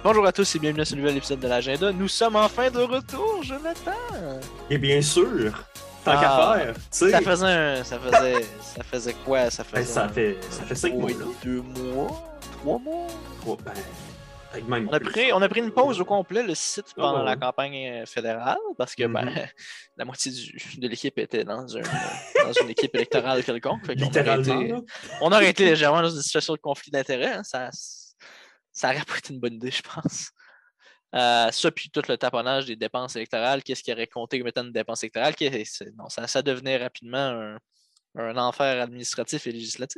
Bonjour à tous et bienvenue à ce nouvel épisode de l'Agenda. Nous sommes enfin de retour, Jonathan! Et bien sûr, tant qu'à faire, tu sais. Ça faisait quoi? Ça Ben, faisait ça fait 5 mois, là. 2 mois? 3 mois? Ben, même On a pris une pause au complet, le site, pendant la ouais. campagne fédérale, parce que la moitié de l'équipe était dans une équipe électorale quelconque. Fait qu'on Littéralement, là. on aurait été légèrement dans une situation de conflit d'intérêts. Hein. Ça aurait pas été une bonne idée, je pense. Ça, puis tout le taponnage des dépenses électorales, qu'est-ce qui aurait compté comme étant une dépense électorale, non, ça devenait rapidement un enfer administratif et législatif.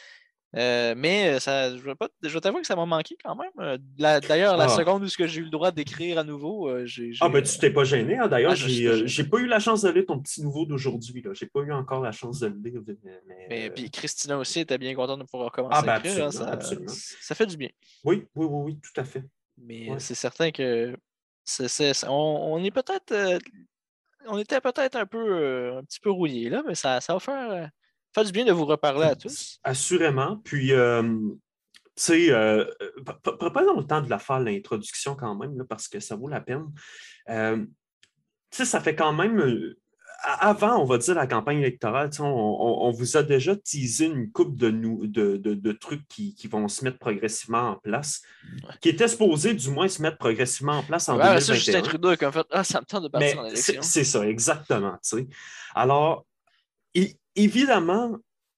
Mais je vais t'avouer que ça m'a manqué quand même. D'ailleurs, la seconde où j'ai eu le droit d'écrire à nouveau, ben tu t'es pas gêné, hein? D'ailleurs, j'ai pas eu la chance de lire ton petit nouveau d'aujourd'hui. J'ai pas eu encore la chance de le lire. Mais puis Christina aussi était bien contente de pouvoir commencer à écrire. Absolument. Ça fait du bien. Oui, tout à fait. Mais c'est certain que on est peut-être... on était peut-être un petit peu rouillés, là, mais ça va faire du bien de vous reparler à tous. Assurément. Puis, tu sais, prenons le temps de la faire, l'introduction quand même, là, parce que ça vaut la peine. Tu sais, ça fait quand même... Avant, on va dire, la campagne électorale, on vous a déjà teasé une couple de trucs qui vont se mettre progressivement en place, qui étaient supposés, du moins, se mettre progressivement en place en 2021. Ça, Justin Trudeau a fait « ça me tente de partir en élection. » C'est ça, exactement. Tu sais. Alors, évidemment,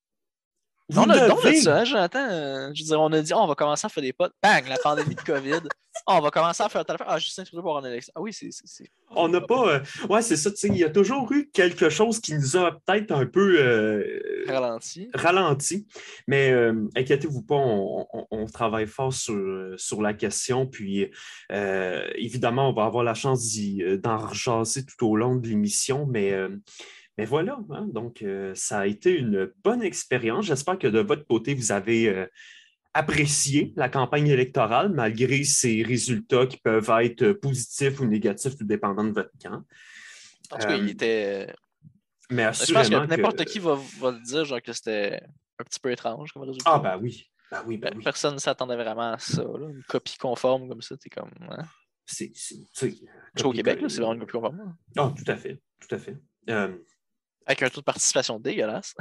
on a le don de ça, hein, Jonathan. Je veux dire, on a dit on va commencer à faire des potes. Bang, la pandémie de COVID. On va commencer à faire tel affaire. Justin Trudeau pour en élection. Ah oui, c'est... On n'a pas... ouais, c'est ça. Tu sais, il y a toujours eu quelque chose qui nous a peut-être un peu... ralenti. Mais inquiétez-vous pas, on travaille fort sur la question. Puis, évidemment, on va avoir la chance d'en rejaser tout au long de l'émission. Mais voilà, hein? Donc ça a été une bonne expérience. J'espère que de votre côté, vous avez apprécié la campagne électorale, malgré ces résultats qui peuvent être positifs ou négatifs, tout dépendant de votre camp. En tout cas, il était... Mais assurément je pense que n'importe qui va le dire, genre que c'était un petit peu étrange comme résultat. Ah, ben oui. Oui. Personne ne s'attendait vraiment à ça. Là. Une copie conforme comme ça, t'es comme... Hein? Au Québec, là, c'est vraiment une copie conforme. Ah, tout à fait. Avec un taux de participation dégueulasse.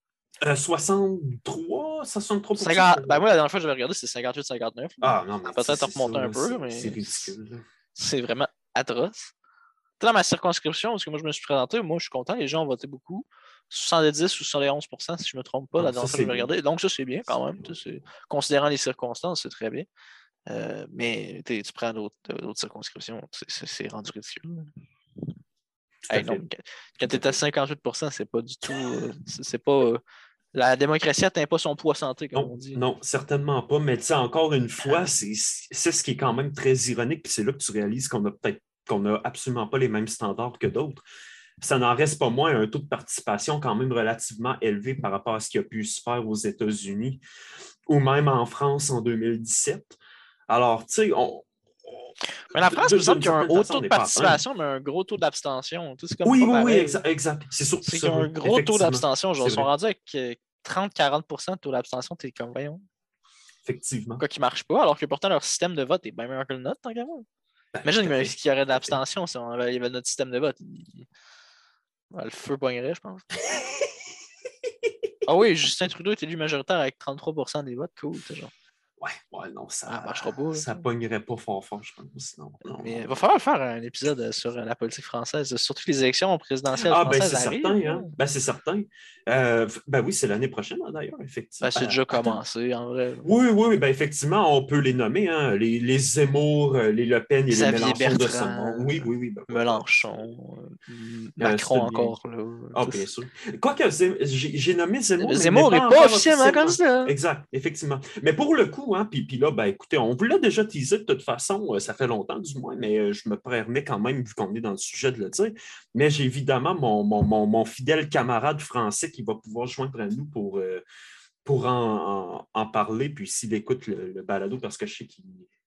63%. Ben moi, la dernière fois que j'avais regardé, c'était 58-59. Ah non, mais peut-être remonter un peu, mais c'est ridicule. C'est vraiment atroce. Dans ma circonscription, parce que moi, je me suis présenté, moi, je suis content, les gens ont voté beaucoup. 70 ou 71%, si je ne me trompe pas, la dernière fois que j'avais regardé. Donc, ça, c'est bien quand même. Considérant les circonstances, c'est très bien. Mais tu prends d'autres circonscriptions, c'est rendu ridicule. Non, quand tu es à 58%, c'est pas du tout. C'est pas. La démocratie n'atteint pas son poids santé, comme on dit. Non, certainement pas. Mais tu sais, encore une fois, c'est ce qui est quand même très ironique. Puis c'est là que tu réalises qu'on n'a absolument pas les mêmes standards que d'autres. Ça n'en reste pas moins un taux de participation quand même relativement élevé par rapport à ce qui a pu se faire aux États-Unis ou même en France en 2017. Alors, tu sais, mais la France, il me semble qu'il y a un haut taux de participation, mais un gros taux d'abstention. Oui, exact. C'est surtout ça. C'est qu'il y a un gros taux d'abstention. Genre, ils sont rendus avec 30-40% de taux d'abstention. T'es comme, voyons. Effectivement. Quoi qui ne marche pas, alors que pourtant leur système de vote est bien meilleur que le nôtre, tant qu'à moi. Imagine qu'il y aurait de l'abstention si il y avait notre système de vote. Le feu pognerait, je pense. Ah oui, Justin Trudeau est élu majoritaire avec 33% des votes. Cool, genre. Ouais, non, ça marchera pas. Ça pognerait pas fort, je pense. Non. Il va falloir faire un épisode sur la politique française, surtout que les élections présidentielles françaises arrivent. C'est certain. Oui, c'est l'année prochaine, hein, d'ailleurs, effectivement. C'est déjà commencé, en vrai. Oui, effectivement, on peut les nommer, hein, les Zemmour, les Le Pen et les Mélenchon de ce monde. Oui. Mélenchon, Macron encore, là. Bien sûr. Quoique, j'ai nommé Zemmour, mais Zemmour n'est pas officiellement candidat. Exact, effectivement. Mais pour le coup, hein, puis là, écoutez, on vous l'a déjà teasé de toute façon, ça fait longtemps du moins, mais je me permets quand même, vu qu'on est dans le sujet, de le dire. Mais j'ai évidemment mon fidèle camarade français qui va pouvoir joindre à nous pour en parler, puis s'il écoute le balado, parce que je sais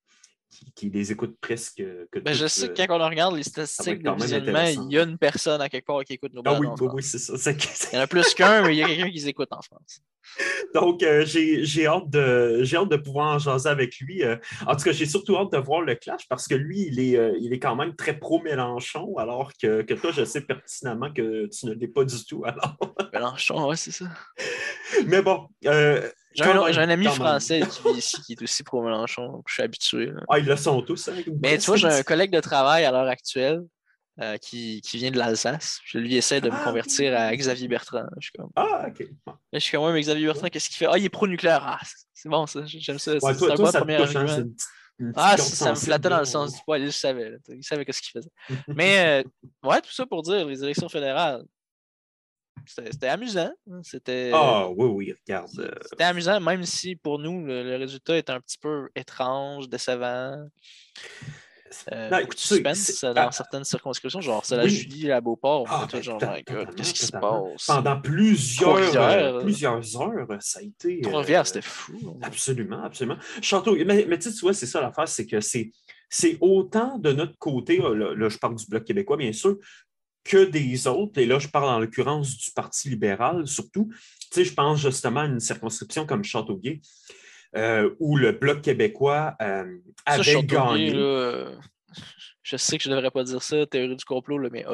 qui les écoutent presque que je sais que quand on regarde les statistiques de visionnement, il y a une personne à quelque part qui écoute nos balados. Ah oui, c'est ça. Il y en a plus qu'un, mais il y a quelqu'un qui les écoute en France. Donc, j'ai hâte de pouvoir en jaser avec lui. En tout cas, j'ai surtout hâte de voir le clash parce que lui, il est quand même très pro-Mélenchon, alors que toi, je sais pertinemment que tu ne l'es pas du tout. Alors. Mélenchon, ouais, c'est ça. Mais bon. J'ai un ami français qui vit ici qui est aussi pro-Mélenchon, donc je suis habitué. Là. Ah, ils le sont tous. Hein, mais tu vois, j'ai un collègue de travail à l'heure actuelle qui vient de l'Alsace. Je lui essaie de me convertir à Xavier Bertrand. Je suis comme... OK. Là, je suis comme, ouais, mais Xavier Bertrand, qu'est-ce qu'il fait? Ah, il est pro-nucléaire. Ah, c'est bon, ça. J'aime ça. Ouais, c'est un bon premier argument. Si ça me flattait dans le sens du poil. Il savait. Il savait ce qu'il faisait. Mais, ouais, tout ça pour dire, les élections fédérales, c'était amusant. C'était... oui, regarde. C'était amusant, même si pour nous, le résultat est un petit peu étrange, décevant. Beaucoup de suspense dans certaines circonscriptions, genre celle à Julie, la Beauport. Genre, my God, qu'est-ce qui se passe? Pendant plusieurs heures, ça a été. Trois-Rivières, c'était fou. Absolument. Château, mais tu vois, c'est ça l'affaire, c'est que c'est autant de notre côté, là, je parle du Bloc québécois, bien sûr, que des autres, et là, je parle en l'occurrence du Parti libéral, surtout. Tu sais, je pense justement à une circonscription comme Châteauguay, où le Bloc québécois avait gagné. Là, je sais que je ne devrais pas dire ça, théorie du complot, là, mais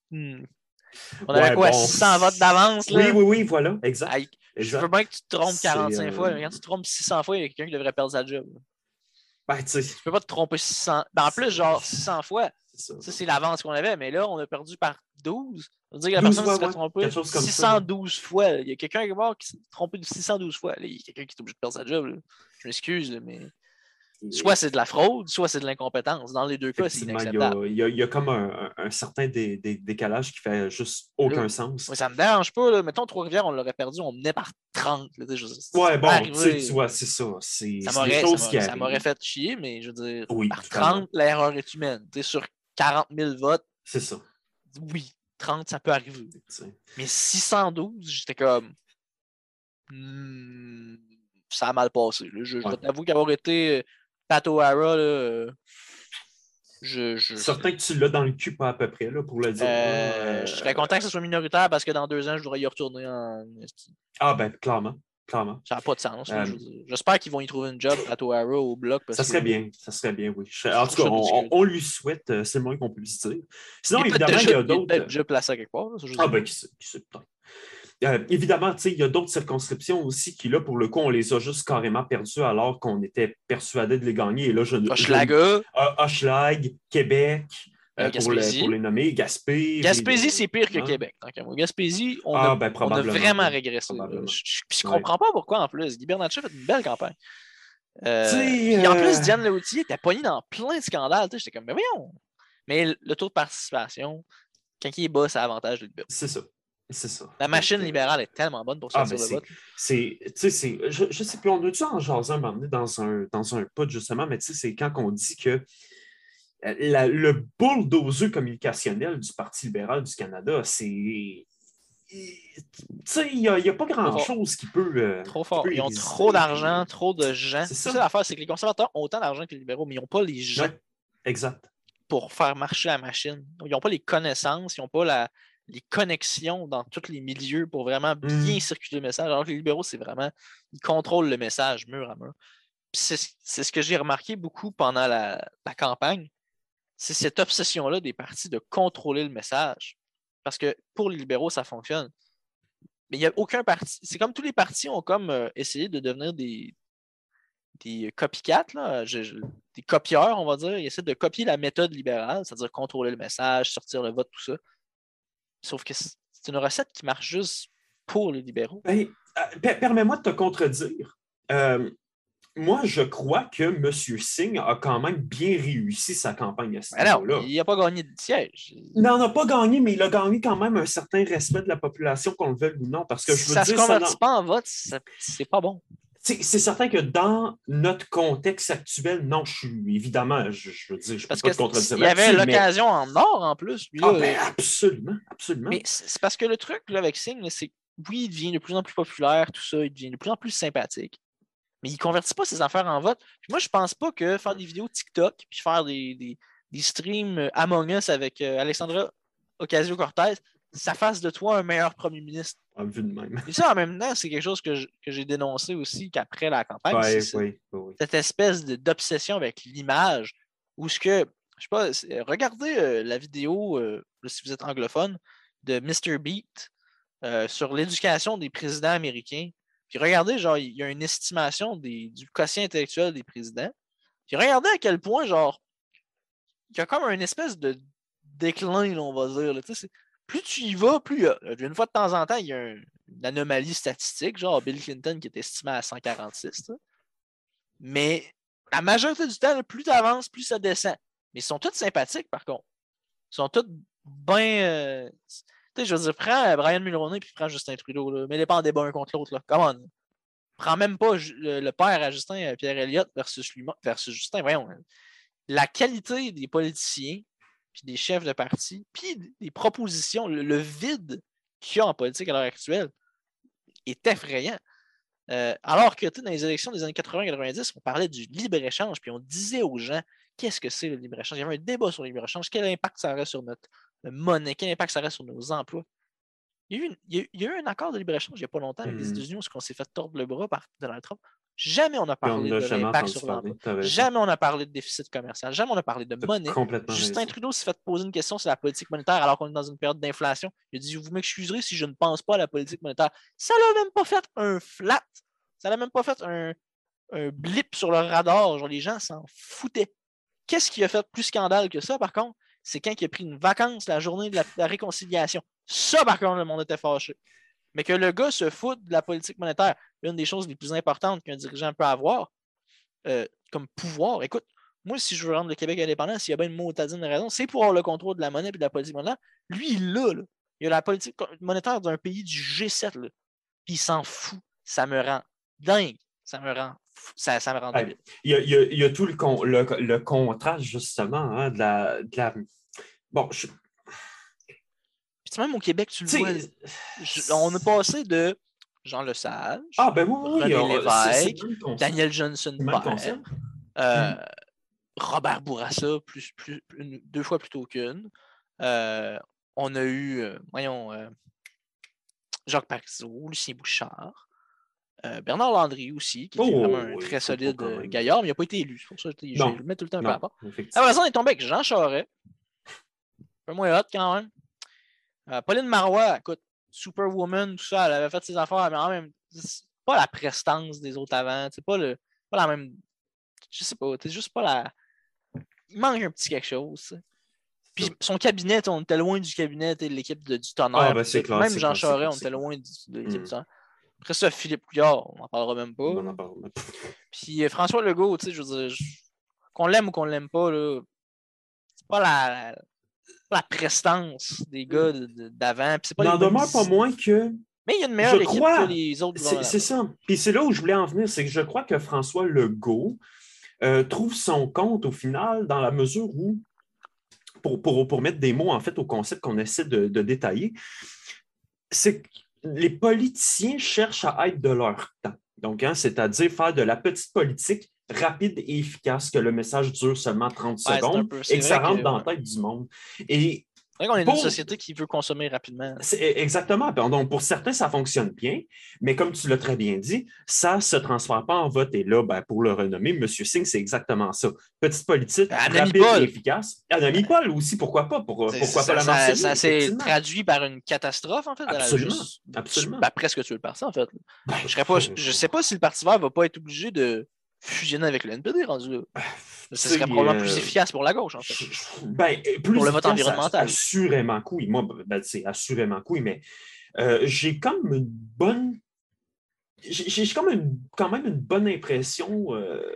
on avait quoi, 600 votes d'avance? Oui, voilà, exact. Je veux bien que tu te trompes 45 fois, mais quand tu te trompes 600 fois, il y a quelqu'un qui devrait perdre sa job. Tu peux pas te tromper 600. En plus, genre 600 fois. Ça, c'est l'avance qu'on avait, mais là, on a perdu par 12. Ça veut dire que la personne se serait trompée 612 fois. Il y a quelqu'un qui s'est trompé de 612 fois. Là, il y a quelqu'un qui est obligé de perdre sa job. Là. Je m'excuse, mais soit c'est de la fraude, soit c'est de l'incompétence. Dans les deux cas, c'est inacceptable. Il y a comme un certain décalage qui fait juste aucun sens. Oui, ça me dérange pas. Là. Mettons, Trois-Rivières, on l'aurait perdu, on menait par 30. Là, tu vois, c'est ça. Ça m'aurait fait chier, mais je veux dire, par 30, l'erreur est humaine. Sur 40 000 votes. C'est ça. Oui, 30, ça peut arriver. Mais 612, j'étais comme. Ça a mal passé. Là. Je t'avoue qu'avoir été Pat O'Hara, certain que tu l'as dans le cul pas à peu près, là, pour le dire. Je serais content que ce soit minoritaire parce que dans 2 ans, je devrais y retourner en. Ah, ben, clairement. Ça n'a pas de sens. J'espère qu'ils vont y trouver une job, Pat O'Hara, au bloc. Ça serait bien, oui. En tout cas, on lui souhaite, c'est le moins qu'on puisse dire. Sinon, évidemment, il y a d'autres. Il est peut-être déjà placé à quelque part. Ben, qui sait peut-être. Évidemment, il y a d'autres circonscriptions aussi qui, là, pour le coup, on les a juste carrément perdues alors qu'on était persuadé de les gagner. Et là, Hochelag, Québec, pour les nommer, Gaspésie, c'est pire que Québec. Gaspésie, on a vraiment régressé. Je comprends pas pourquoi, en plus. Guy Bernatchez fait une belle campagne. Et en plus, Diane Leoutier était pognée dans plein de scandales. J'étais comme, mais voyons. Mais le taux de participation, quand il est bas, ça avantage le libéral. C'est ça. La machine libérale est tellement bonne pour sortir le vote. Je sais plus, on a dû en jaser un moment donné dans un pod, justement, mais c'est quand on dit que le bulldozer communicationnel du Parti libéral du Canada, c'est. Il n'y a pas grand-chose qui peut. Trop fort. Ils ont trop d'argent, trop de gens. C'est ça l'affaire, c'est que les conservateurs ont autant d'argent que les libéraux, mais ils n'ont pas les gens. Exact. Pour faire marcher la machine. Ils n'ont pas les connaissances, ils n'ont pas les connexions dans tous les milieux pour vraiment bien circuler le message. Alors que les libéraux, c'est vraiment, ils contrôlent le message mur à mur. C'est ce que j'ai remarqué beaucoup pendant la campagne. C'est cette obsession-là des partis de contrôler le message. Parce que pour les libéraux, ça fonctionne. Mais il n'y a aucun parti. C'est comme tous les partis ont comme essayé de devenir des copycats, là, des copieurs, on va dire. Ils essaient de copier la méthode libérale, c'est-à-dire contrôler le message, sortir le vote, tout ça. Sauf que c'est une recette qui marche juste pour les libéraux. Permets-moi de te contredire. Moi, je crois que M. Singh a quand même bien réussi sa campagne à ce niveau-là. Il n'a pas gagné de siège. Il n'en a pas gagné, mais il a gagné quand même un certain respect de la population, qu'on le veuille ou non. Parce que si ça ne se convertit pas en vote, c'est pas bon. C'est certain que dans notre contexte actuel, non, je suis évidemment, je veux dire, je ne peux pas te contredire. Il y avait l'occasion en or en plus. Lui, absolument. Mais c'est parce que le truc là, avec Singh, c'est oui, il devient de plus en plus populaire, tout ça, il devient de plus en plus sympathique. Mais il ne convertit pas ses affaires en vote. Puis moi, je pense pas que faire des vidéos TikTok puis faire des streams Among Us avec Alexandra Ocasio-Cortez, ça fasse de toi un meilleur premier ministre. Vu de même. Et ça, en même temps, c'est quelque chose que j'ai dénoncé aussi qu'après la campagne. Oui. Cette espèce d'obsession avec l'image où ce que, je sais pas, regardez la vidéo, si vous êtes anglophone, de Mr. Beat sur l'éducation des présidents américains. Puis regardez, genre, il y a une estimation du quotient intellectuel des présidents. Puis regardez à quel point, genre, il y a comme une espèce de déclin, là, on va dire. Là. Plus tu y vas, plus une fois de temps en temps, il y a une anomalie statistique, genre Bill Clinton qui est estimé à 146. Là. Mais la majorité du temps, là, plus tu avances, plus ça descend. Mais ils sont tous sympathiques, par contre. Ils sont tous bien... je veux dire, prends Brian Mulroney puis prends Justin Trudeau. Là. Mets-les pas en débat un contre l'autre. Come on. Prends même pas le père à Justin, Pierre Elliott versus Justin. Voyons. La qualité des politiciens puis des chefs de parti, puis des propositions, le vide qu'il y a en politique à l'heure actuelle est effrayant. Alors que dans les élections des années 80-90, on parlait du libre-échange, puis on disait aux gens qu'est-ce que c'est le libre-échange. Il y avait un débat sur le libre-échange, quel impact ça aurait sur notre monnaie, quel impact ça aurait sur nos emplois. Il y a eu un accord de libre-échange il n'y a pas longtemps avec les États-Unis où on s'est fait tordre le bras par Donald Trump. Jamais on a parlé de l'impact sur l'emploi. Jamais on a parlé de déficit commercial. Jamais on a parlé de monnaie. Justin Trudeau s'est fait poser une question sur la politique monétaire alors qu'on est dans une période d'inflation. Il a dit, vous m'excuserez si je ne pense pas à la politique monétaire. Ça l'a même pas fait un flat. Ça l'a même pas fait un blip sur le radar. Genre, les gens s'en foutaient. Qu'est-ce qui a fait plus scandale que ça, par contre? C'est quand il a pris une vacance la journée de la réconciliation. Ça, par contre, le monde était fâché. Mais que le gars se foute de la politique monétaire, l'une des choses les plus importantes qu'un dirigeant peut avoir comme pouvoir. Écoute, moi, si je veux rendre le Québec indépendant, s'il y a bien une motadine raison, c'est pour avoir le contrôle de la monnaie et de la politique monétaire. Lui, il l'a. Là. Il a la politique monétaire d'un pays du G7. Là. Puis il s'en fout. Ça me rend dingue. Ça me rend débile. Il y a tout le contraste, justement, hein, de la... Bon, Puis même au Québec, tu le vois, on a passé de Jean Lesage, René Lévesque, Daniel Johnson père, Robert Bourassa, deux fois plutôt qu'une. On a eu, Jacques Parizeau, Lucien Bouchard, Bernard Landry aussi, qui est vraiment un très solide gaillard, mais il n'a pas été élu. C'est pour ça que je le mets tout le temps un peu à part. Après ça, on est tombé avec Jean Charest. Un peu moins hot quand même. Pauline Marois, écoute, Superwoman, tout ça, elle avait fait ses affaires, mais en même temps, c'est pas la prestance des autres avant. C'est pas la même. Je sais pas, c'est juste pas la. Il manque un petit quelque chose. Puis son cabinet, on était loin du cabinet de l'équipe du Tonnerre. Même Jean Charest, on était loin de l'équipe du Tonnerre. Après ça, Philippe Couillard, on n'en parlera même pas. On en parle même pas. Puis François Legault, tu sais, je veux dire, qu'on l'aime ou qu'on l'aime pas, là, c'est pas la prestance des gars d'avant. Il n'en demeure pas moins que... Mais il y a une meilleure équipe que les autres. C'est ça. Puis c'est là où je voulais en venir, c'est que je crois que François Legault trouve son compte au final dans la mesure où, pour mettre des mots en fait au concept qu'on essaie de détailler, c'est que les politiciens cherchent à être de leur temps. Donc, c'est-à-dire faire de la petite politique rapide et efficace, que le message dure seulement 30 secondes et que ça rentre dans la tête du monde. Et c'est vrai qu'on est dans une société qui veut consommer rapidement. Exactement. Donc, pour certains, ça fonctionne bien, mais comme tu l'as très bien dit, ça ne se transfère pas en vote. Et là, pour le renommer, M. Singh, c'est exactement ça. Petite politique, rapide et efficace. Anami Paul aussi, pourquoi pas? Pourquoi pas la mentionner? Ça s'est traduit par une catastrophe, en fait. Absolument. Presque tuer le parti, en fait. Je ne sais pas si le Parti vert ne va pas être obligé de fusionner avec le NPD rendu là. Ce serait probablement plus efficace pour la gauche, en fait. Pour le vote environnemental. Assurément que oui. Moi, c'est assurément que oui, mais j'ai comme une bonne... J'ai quand même une bonne impression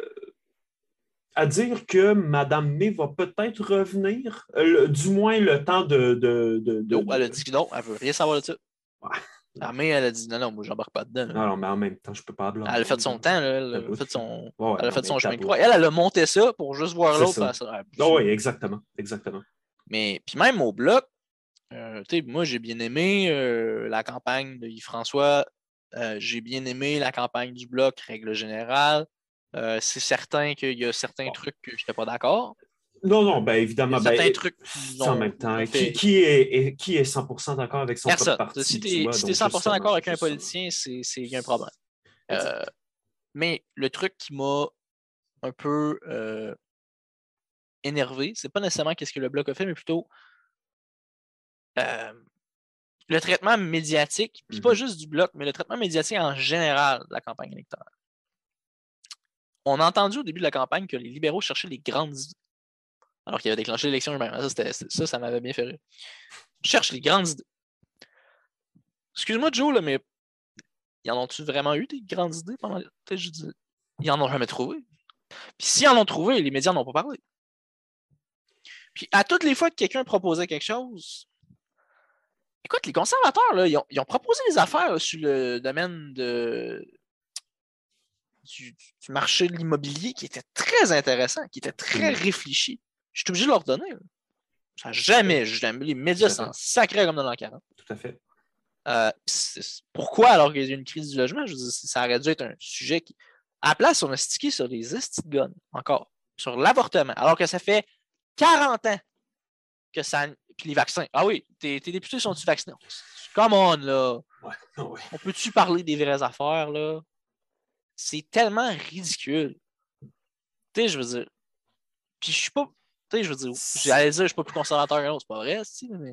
à dire que Mme May va peut-être revenir, du moins le temps de... Non, elle a dit que non, elle ne veut rien savoir de ça. Ouais. La May, elle a dit non, moi, j'embarque pas dedans. Non, mais en même temps, je peux pas blâmer. Elle a fait son temps, là, elle a fait son chemin de croix. Elle a monté ça pour juste voir l'autre. Oui, exactement. Mais puis même au Bloc, moi, j'ai bien aimé la campagne de Yves François J'ai bien aimé la campagne du Bloc, règle générale. C'est certain qu'il y a certains trucs que je n'étais pas d'accord. Non, ben évidemment. Certains trucs qui en même temps, qui est 100% d'accord avec son propre parti? Si tu es 100% d'accord avec un politicien, il y a un problème. Mais le truc qui m'a un peu énervé, c'est pas nécessairement qu'est-ce que le Bloc a fait, mais plutôt le traitement médiatique, puis pas juste du Bloc, mais le traitement médiatique en général de la campagne électorale. On a entendu au début de la campagne que les libéraux cherchaient les grandes idées, alors qu'ils avaient déclenché l'élection eux-mêmes. Ça m'avait bien fait rire. Ils cherchent les grandes idées. Excuse-moi, Joe, là, mais ils en ont-tu vraiment eu des grandes idées pendant je dis, ils en ont jamais trouvé. Puis s'ils en ont trouvé, les médias n'en ont pas parlé. Puis à toutes les fois que quelqu'un proposait quelque chose, écoute, les conservateurs, là, ils ont proposé des affaires là, sur le domaine du marché de l'immobilier qui était très intéressant, qui était très réfléchi. Je suis obligé de leur donner. Là. Ça jamais, les médias sont sacrés comme dans l'an 40. Tout à fait. Pourquoi, alors qu'il y a une crise du logement, je veux dire, ça aurait dû être un sujet qui. À la place, on a stické sur les guns, encore, sur l'avortement, alors que ça fait 40 ans que ça. Puis les vaccins. Ah oui, tes députés sont-ils vaccinés? Come on, là. Ouais. On peut-tu parler des vraies affaires, là? C'est tellement ridicule. Tu sais, je veux dire. Puis je suis pas. Tu sais, je veux dire. J'allais dire, je suis pas plus conservateur qu'un autre. C'est pas vrai, mais.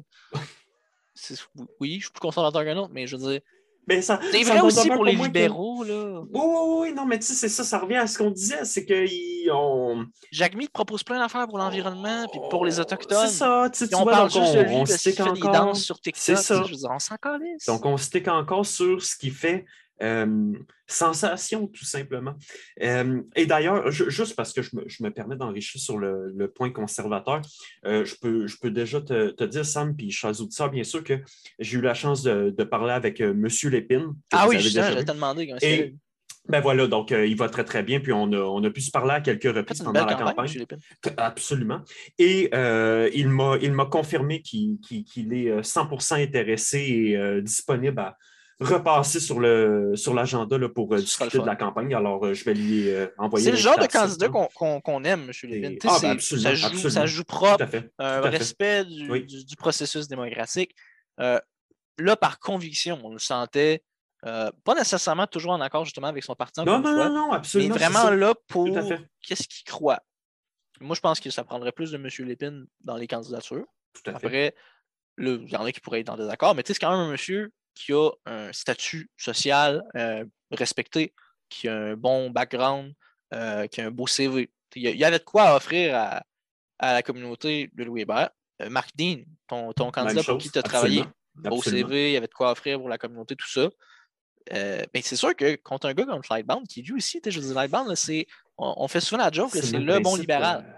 Oui, je suis plus conservateur qu'un autre, mais je veux dire. Mais ça, c'est vrai aussi pour les libéraux, là. Oui, non, mais tu sais, c'est ça revient à ce qu'on disait, c'est qu'ils ont. Jacques Meade propose plein d'affaires pour l'environnement, puis pour les Autochtones. C'est ça, tu on parle juste de lui on parce qu'il fait des danses sur TikTok. C'est ça. Je veux dire, on s'en calisse. Donc, on stick encore sur ce qui fait sensation, tout simplement. Et d'ailleurs, juste parce que je me permets d'enrichir sur le point conservateur, je peux déjà te dire, Sam, puis chers auditeurs, bien sûr que j'ai eu la chance de parler avec M. Lépine. Ah oui, justement, je vais te demander comment c'est. Ben voilà, donc il va très, très bien. Puis on a pu se parler à quelques reprises pendant la campagne. Absolument. Et il m'a confirmé qu'il est 100% intéressé et disponible à repasser sur l'agenda pour discuter de la campagne. Alors, je vais lui envoyer. C'est le genre de candidat qu'on aime, M. Lépine. Ça joue propre, respect du processus démocratique. Là, par conviction, on le sentait. Pas nécessairement toujours en accord justement avec son parti. Non, absolument. Mais vraiment là pour qu'est-ce qu'il croit. Moi, je pense que ça prendrait plus de M. Lépine dans les candidatures. Tout à fait. Après, il y en a qui pourraient être en désaccord, mais c'est quand même un monsieur qui a un statut social respecté, qui a un bon background, qui a un beau CV. Il y avait de quoi offrir à la communauté de Louis Hébert. Marc Dean, ton candidat pour qui tu as travaillé, beau CV, il y avait de quoi offrir pour la communauté, tout ça. Ben c'est sûr que contre un gars comme Lightbound, qui lui aussi, je veux dire, Lightbound, on fait souvent la joke, c'est le bon libéral.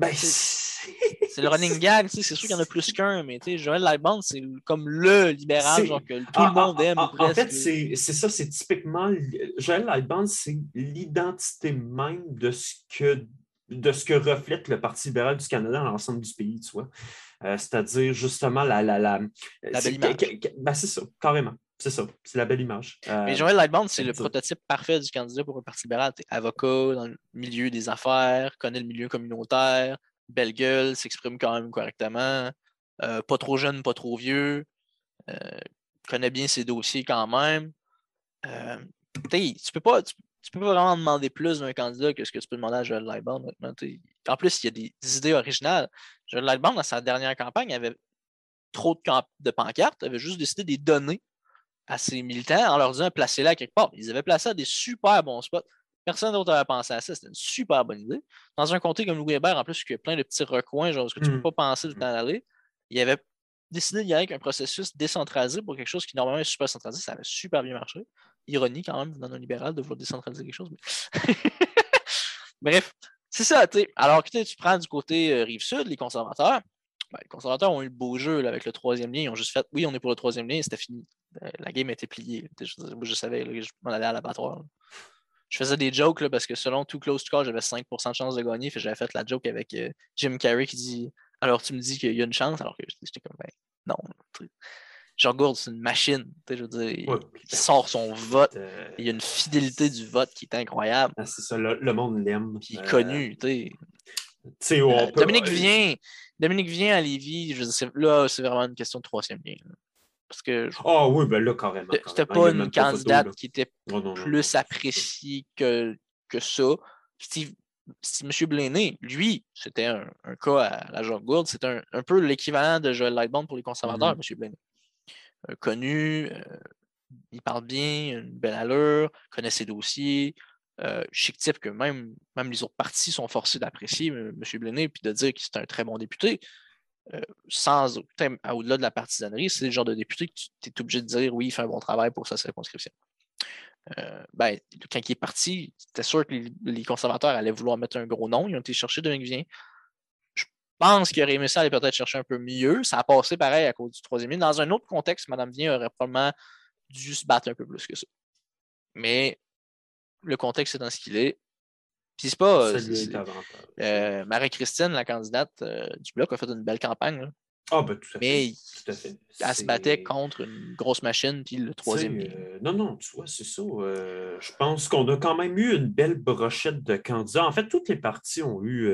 C'est le running gag, c'est sûr qu'il y en a plus qu'un, mais Joël Lightbound, c'est comme le libéral, genre que tout le monde aime. En fait, c'est ça, c'est typiquement. Joël Lightbound, c'est l'identité même de ce que reflète le Parti libéral du Canada dans l'ensemble du pays, tu vois. C'est-à-dire justement la belle image. C'est ça, carrément. C'est ça, c'est la belle image. Mais Joël Lightbound, c'est le prototype parfait du candidat pour un parti libéral. T'es avocat dans le milieu des affaires, connaît le milieu communautaire, belle gueule, s'exprime quand même correctement, pas trop jeune, pas trop vieux, connaît bien ses dossiers quand même. Tu peux pas vraiment demander plus d'un candidat que ce que tu peux demander à Joël Lightbound. En plus, il y a des idées originales. Joël Lightbound, dans sa dernière campagne, avait trop de pancartes, avait juste décidé de les donner à ses militants en leur disant placez-la quelque part. Ils avaient placé à des super bons spots. Personne d'autre n'avait pensé à ça. C'était une super bonne idée. Dans un comté comme Louis Hébert, en plus, il y a plein de petits recoins, genre, ce que tu ne peux pas penser du temps d'aller, il avait décidé d'y aller avec un processus décentralisé pour quelque chose qui normalement est super centralisé. Ça avait super bien marché. Ironie quand même dans un libéral de vouloir décentraliser quelque chose. Mais... Bref, c'est ça. Alors que tu prends du côté Rive-Sud, les conservateurs, les conservateurs ont eu le beau jeu là, avec le troisième lien. Ils ont juste fait oui, on est pour le troisième lien, c'était fini. La game était pliée. Je savais que je m'en allais à l'abattoir. Je faisais des jokes là, parce que selon Too Close to Call, j'avais 5% de chance de gagner. J'avais fait la joke avec Jim Carrey qui dit alors tu me dis qu'il y a une chance, alors que j'étais comme ben non. Jean Gourde, c'est une machine. Je veux dire, il sort son vote. Il y a une fidélité du vote qui est incroyable. Ah, c'est ça, le monde l'aime. Puis il est connu. Dominique Vien à Lévis, je veux dire, là, c'est vraiment une question de troisième lien. Parce que. Oui, ben là, carrément. C'était pas une candidate qui était plus appréciée que ça. M. Blaney, lui, c'était un cas à la Jean Gourde, c'était un peu l'équivalent de Joël Lightbound pour les conservateurs, M. Blaney. Connu, il parle bien, une belle allure, connaît ses dossiers, chic type que même les autres partis sont forcés d'apprécier M. Blaney puis de dire que c'est un très bon député. Au-delà de la partisanerie, c'est le genre de député que tu es obligé de dire oui, il fait un bon travail pour sa circonscription. Quand il est parti, c'était sûr que les conservateurs allaient vouloir mettre un gros nom. Ils ont été chercher Dominique Vien. Je pense qu'il aurait aimé ça aller peut-être chercher un peu mieux. Ça a passé pareil à cause du troisième lien. Dans un autre contexte, Mme Vien aurait probablement dû se battre un peu plus que ça. Mais le contexte est dans ce qu'il est. Puis c'est pas. Marie-Christine, la candidate du Bloc, a fait une belle campagne. Là. Ah, ben tout à fait. Elle se battait contre une grosse machine, puis le troisième lien. Non, tu vois, c'est ça. Je pense qu'on a quand même eu une belle brochette de candidats. En fait, toutes les partis ont eu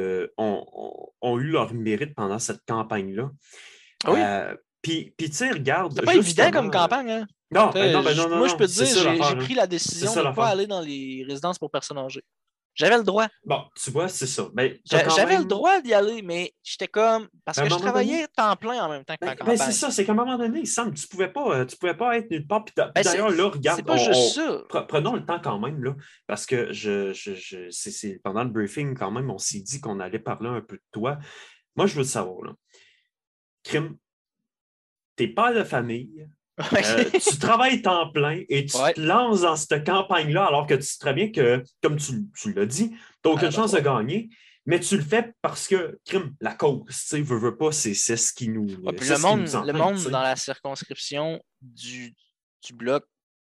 leur mérite pendant cette campagne-là. Oui. Puis tu sais, regarde. C'est pas évident comme campagne, hein? Non, moi, je peux te dire, j'ai pris la décision de ne pas aller dans les résidences pour personnes âgées. J'avais le droit. Bon, tu vois, c'est ça. Ben, j'avais le droit d'y aller, mais j'étais comme. Parce que je travaillais temps plein en même temps que ma campagne. C'est ça, c'est qu'à un moment donné, il semble que tu pouvais pas être nulle part. D'ailleurs, là, regarde. C'est pas juste ça. Prenons le temps quand même, là, parce que c'est pendant le briefing, quand même, on s'est dit qu'on allait parler un peu de toi. Moi, je veux te savoir, là. Crime, t'es père de famille. Tu travailles temps plein et tu te lances dans cette campagne-là alors que tu sais très bien que, comme tu l'as dit, tu n'as aucune chance de gagner, mais tu le fais parce que, la cause, tu sais, veut pas, c'est ce qui nous. Puis le monde dans la circonscription du Bloc.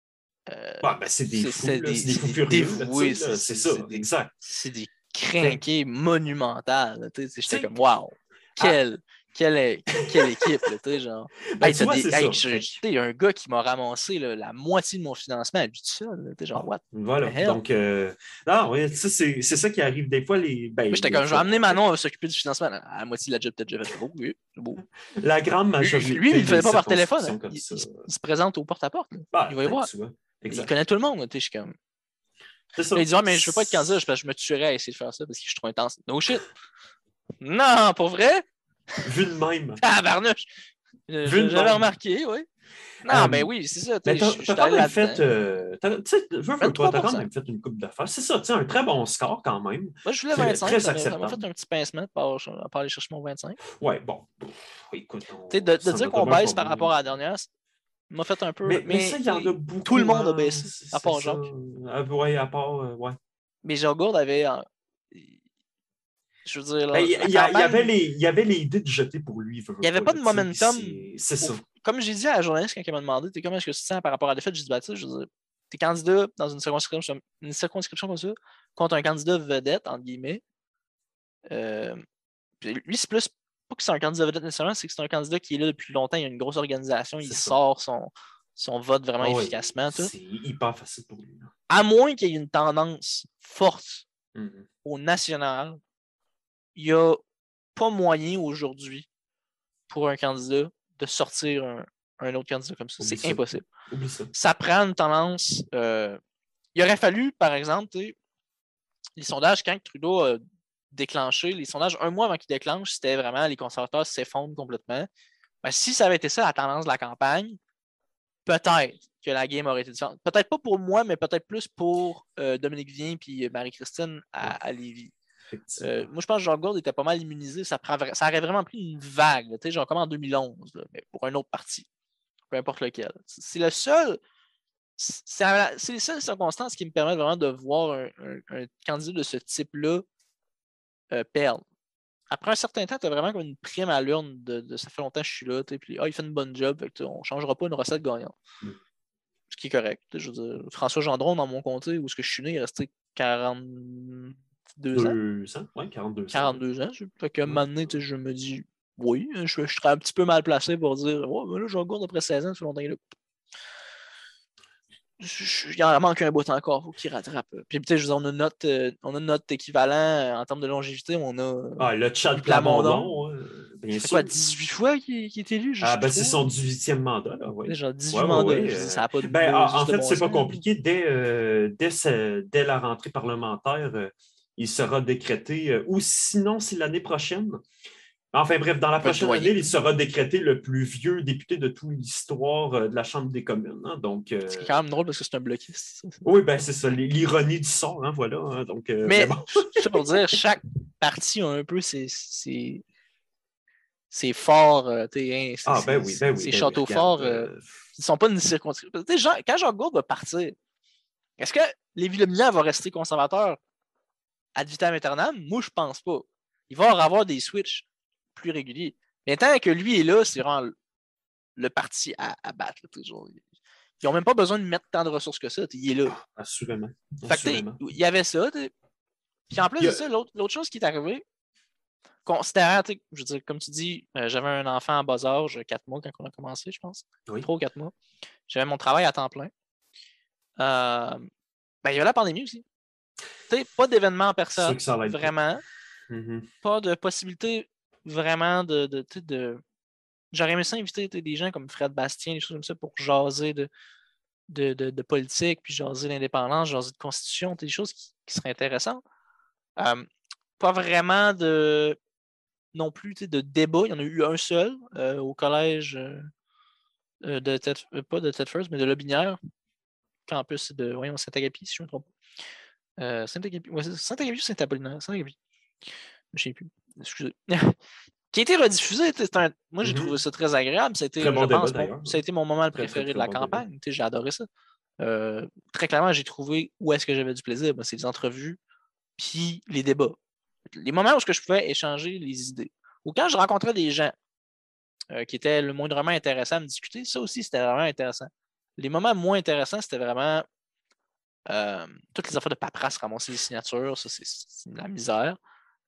C'est des fous, c'est des fous furieux. Oui, c'est ça, exact. C'est des crinqués monumentales. J'étais comme, wow, quelle équipe, là, genre. Il y a un gars qui m'a ramassé la moitié de mon financement à lui tout seul, genre, what? Voilà, donc, c'est ça qui arrive des fois. J'étais comme, je vais amener Manon à s'occuper du financement. À la moitié de la job, peut-être, j'avais fait beau, oui, c'est beau. La grande majorité. Lui, il ne le faisait pas par téléphone. Il se présente au porte-à-porte. Il va y voir. Il connaît tout le monde, je suis comme. Il dit, mais je veux pas être candidat parce que je me tuerais à essayer de faire ça parce que je suis trop intense. No shit. Non, pour vrai? Vu de même. Ah, barnouche! J'avais remarqué, oui. Non, mais oui, c'est ça. Mais t'as quand même fait. T'as quand même fait une coupe d'affaires. C'est ça, un très bon score quand même. Moi, je voulais 25. Très ça m'a fait un petit pincement pour aller chercher mon 25. Ouais, bon. Écoute. De dire qu'on baisse par rapport à la dernière, ça m'a fait un peu. Mais ça, il y en a beaucoup. Tout le monde a baissé, à part Jacques. Oui, à part. Ouais. Mais Jean Gourde avait. Je veux dire, là, il y avait les idées de jeter pour lui. Il n'y avait pas de momentum. C'est ça. Comme j'ai dit à la journaliste quand elle m'a demandé comment est-ce que tu te sens par rapport à la défaite, j'ai dit, je veux dire, t'es candidat dans une circonscription comme ça, contre un candidat vedette, entre guillemets. Lui, c'est plus pas que c'est un candidat vedette nécessairement, c'est que c'est un candidat qui est là depuis longtemps, il y a une grosse organisation, il sort son vote vraiment efficacement. C'est hyper facile pour lui. À moins qu'il y ait une tendance forte au national, il n'y a pas moyen aujourd'hui pour un candidat de sortir un autre candidat comme ça. C'est impossible. Ça prend une tendance. Il aurait fallu, par exemple, les sondages, quand Trudeau a déclenché, les sondages, un mois avant qu'il déclenche, c'était vraiment les conservateurs s'effondrent complètement. Ben, si ça avait été ça, la tendance de la campagne, peut-être que la game aurait été différente. Peut-être pas pour moi, mais peut-être plus pour Dominique Vien et Marie-Christine à Lévis. Moi, je pense que Jean Gourde était pas mal immunisé. Ça aurait vraiment pris une vague, genre comme en 2011, là, mais pour un autre parti, peu importe lequel. C'est les seules circonstances qui me permettent vraiment de voir un candidat de ce type-là perdre. Après un certain temps, tu as vraiment comme une prime à l'urne de ça fait longtemps que je suis là, puis il fait une bonne job, on ne changera pas une recette gagnante. Ce qui est correct. Je veux dire, François Gendron, dans mon comté, où est-ce que je suis né, il est resté 42 ans. Ouais, 42 ans. 42 ans. Fait qu'à un moment donné, je me dis, oui, je serais un petit peu mal placé pour dire ouais, mais là, je regarde après 16 ans, c'est longtemps là. Il en manque un bout encore, faut qu'il rattrape. Puis peut-être, je veux dire, on a notre équivalent en termes de longévité, on a le Chad Plamondon. Plamondon, bien Ça fait sûr. quoi, 18 fois qu'il est élu? Je sais plus C'est trop. son 18e mandat, là, oui. Genre 18 mandats, je dis, ça n'a pas En juste de fait, bon c'est pas sens. compliqué. Dès la rentrée parlementaire, il sera décrété, ou sinon, c'est l'année prochaine. Enfin bref, dans la prochaine année, il sera décrété le plus vieux député de toute l'histoire de la Chambre des communes. Hein, donc, ce qui est quand même drôle parce que c'est un bloquiste. Oui, c'est ça, l'ironie du sort, hein, voilà. Hein, donc, mais bon. ça pour dire, chaque parti a un peu ses forts, ses châteaux forts. Ils ne sont pas une circonscription. Quand Jacques Gourde va partir, est-ce que Lévis-le-Minière va rester conservateur ad vitam aeternam? Moi, je pense pas. Il va avoir des switches plus réguliers. Mais tant que lui est là, c'est vraiment le parti à battre. Là, toujours. Ils n'ont même pas besoin de mettre tant de ressources que ça. Il est là. Assurément. Il y avait ça. Puis en plus de ça, l'autre chose qui est arrivée, considérant, je veux dire, comme tu dis, j'avais un enfant en bas âge, 4 mois quand on a commencé, je pense. 3 ou 4 mois. J'avais mon travail à temps plein. Il y avait la pandémie aussi. Pas d'événement en personne, vraiment. Pas de possibilité vraiment de J'aurais aimé ça inviter des gens comme Fred Bastien, des choses comme ça, pour jaser de politique, puis jaser d'indépendance, jaser de constitution, des choses qui seraient intéressantes. Pas vraiment non plus de débat. Il y en a eu un seul au collège pas de Thetford, mais de Lobinière, campus de Saint-Agapi, si je ne me trompe pas. Saint-Agapi, c'est Saint-Agapi ou Saint-Apollinaire? Saint-Agapi. Je ne sais plus. Excusez. Qui a été rediffusé. Moi, j'ai trouvé ça très agréable. Ça a été, ça a été mon moment préféré de la campagne. J'ai adoré ça. Très clairement, j'ai trouvé où est-ce que j'avais du plaisir. C'est les entrevues puis les débats. Les moments où je pouvais échanger les idées. Ou quand je rencontrais des gens qui étaient le moindrement intéressants à me discuter, ça aussi, c'était vraiment intéressant. Les moments moins intéressants, c'était vraiment toutes les affaires de paperasse, ramasser les signatures, ça, c'est de la misère.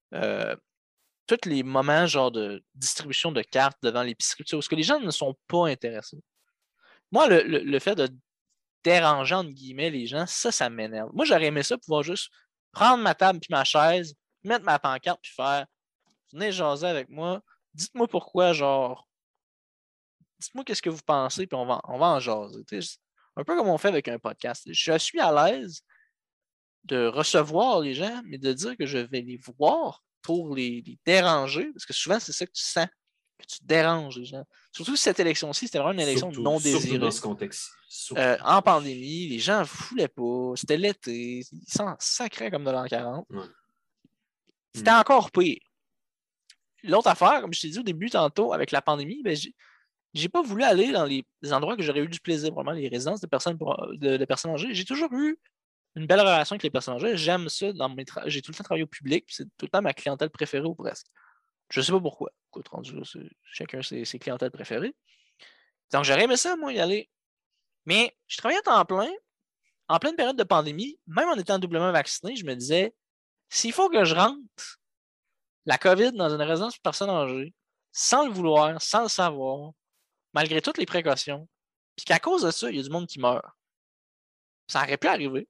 Tous les moments genre de distribution de cartes devant l'épicerie, parce que les gens ne sont pas intéressés. Moi, le fait de déranger, entre guillemets, les gens, ça m'énerve. Moi, j'aurais aimé ça, pouvoir juste prendre ma table puis ma chaise, mettre ma pancarte puis faire venez jaser avec moi, dites-moi pourquoi, genre dites-moi qu'est-ce que vous pensez puis on va en jaser. Un peu comme on fait avec un podcast. Je suis à l'aise de recevoir les gens, mais de dire que je vais les voir pour les déranger, parce que souvent, c'est ça que tu sens, que tu déranges les gens. Surtout cette élection-ci, c'était vraiment une élection non désirée. Surtout dans ce contexte. En pandémie, les gens ne foulaient pas, c'était l'été, ils s'en sacraient comme de l'an 40. Ouais. C'était encore pire. L'autre affaire, comme je t'ai dit au début tantôt, avec la pandémie, j'ai pas voulu aller dans les endroits que j'aurais eu du plaisir, vraiment, les résidences de personnes âgées. J'ai toujours eu une belle relation avec les personnes âgées. J'aime ça. J'ai tout le temps travaillé au public, puis c'est tout le temps ma clientèle préférée ou presque. Je sais pas pourquoi. Écoute, rendu là, chacun ses clientèles préférées. Donc, j'aurais aimé ça, moi, y aller. Mais je travaillais à temps plein, en pleine période de pandémie, même en étant doublement vacciné, je me disais, s'il faut que je rentre la COVID dans une résidence de personnes âgées, sans le vouloir, sans le savoir, malgré toutes les précautions, puis qu'à cause de ça, il y a du monde qui meurt, ça aurait pu arriver.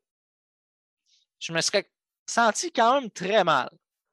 Je me serais senti quand même très mal.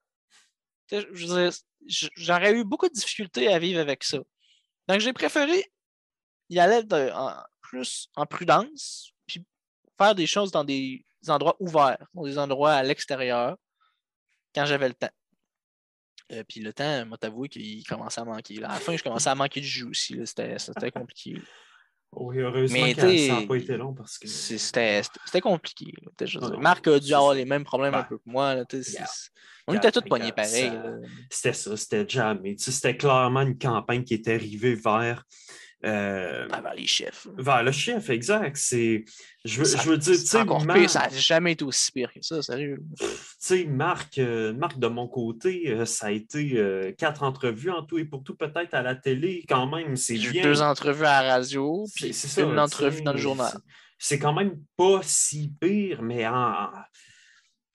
J'aurais eu beaucoup de difficultés à vivre avec ça. Donc, j'ai préféré y aller plus en prudence, puis faire des choses dans des endroits ouverts, dans des endroits à l'extérieur, quand j'avais le temps. Puis le temps, moi, t'avouer qu'il commençait à manquer. Là. À la fin, je commençais à manquer de jus aussi. C'était compliqué. Oui, heureusement que ça n'a pas été long parce que. C'était compliqué. Marc a dû avoir les mêmes problèmes un peu que moi. On était tous pognés pareil. C'était ça, c'était jamais. C'était clairement une campagne qui était arrivée vers. Vers les chefs. Vers le chef, exact. Je veux dire, tu sais, encore pire, ça n'a jamais été aussi pire que ça, sérieux. Tu sais, Marc, de mon côté, ça a été 4 entrevues en tout et pour tout, peut-être à la télé, quand même, c'est bien. 2 entrevues à la radio, puis une entrevue dans le journal. C'est quand même pas si pire, mais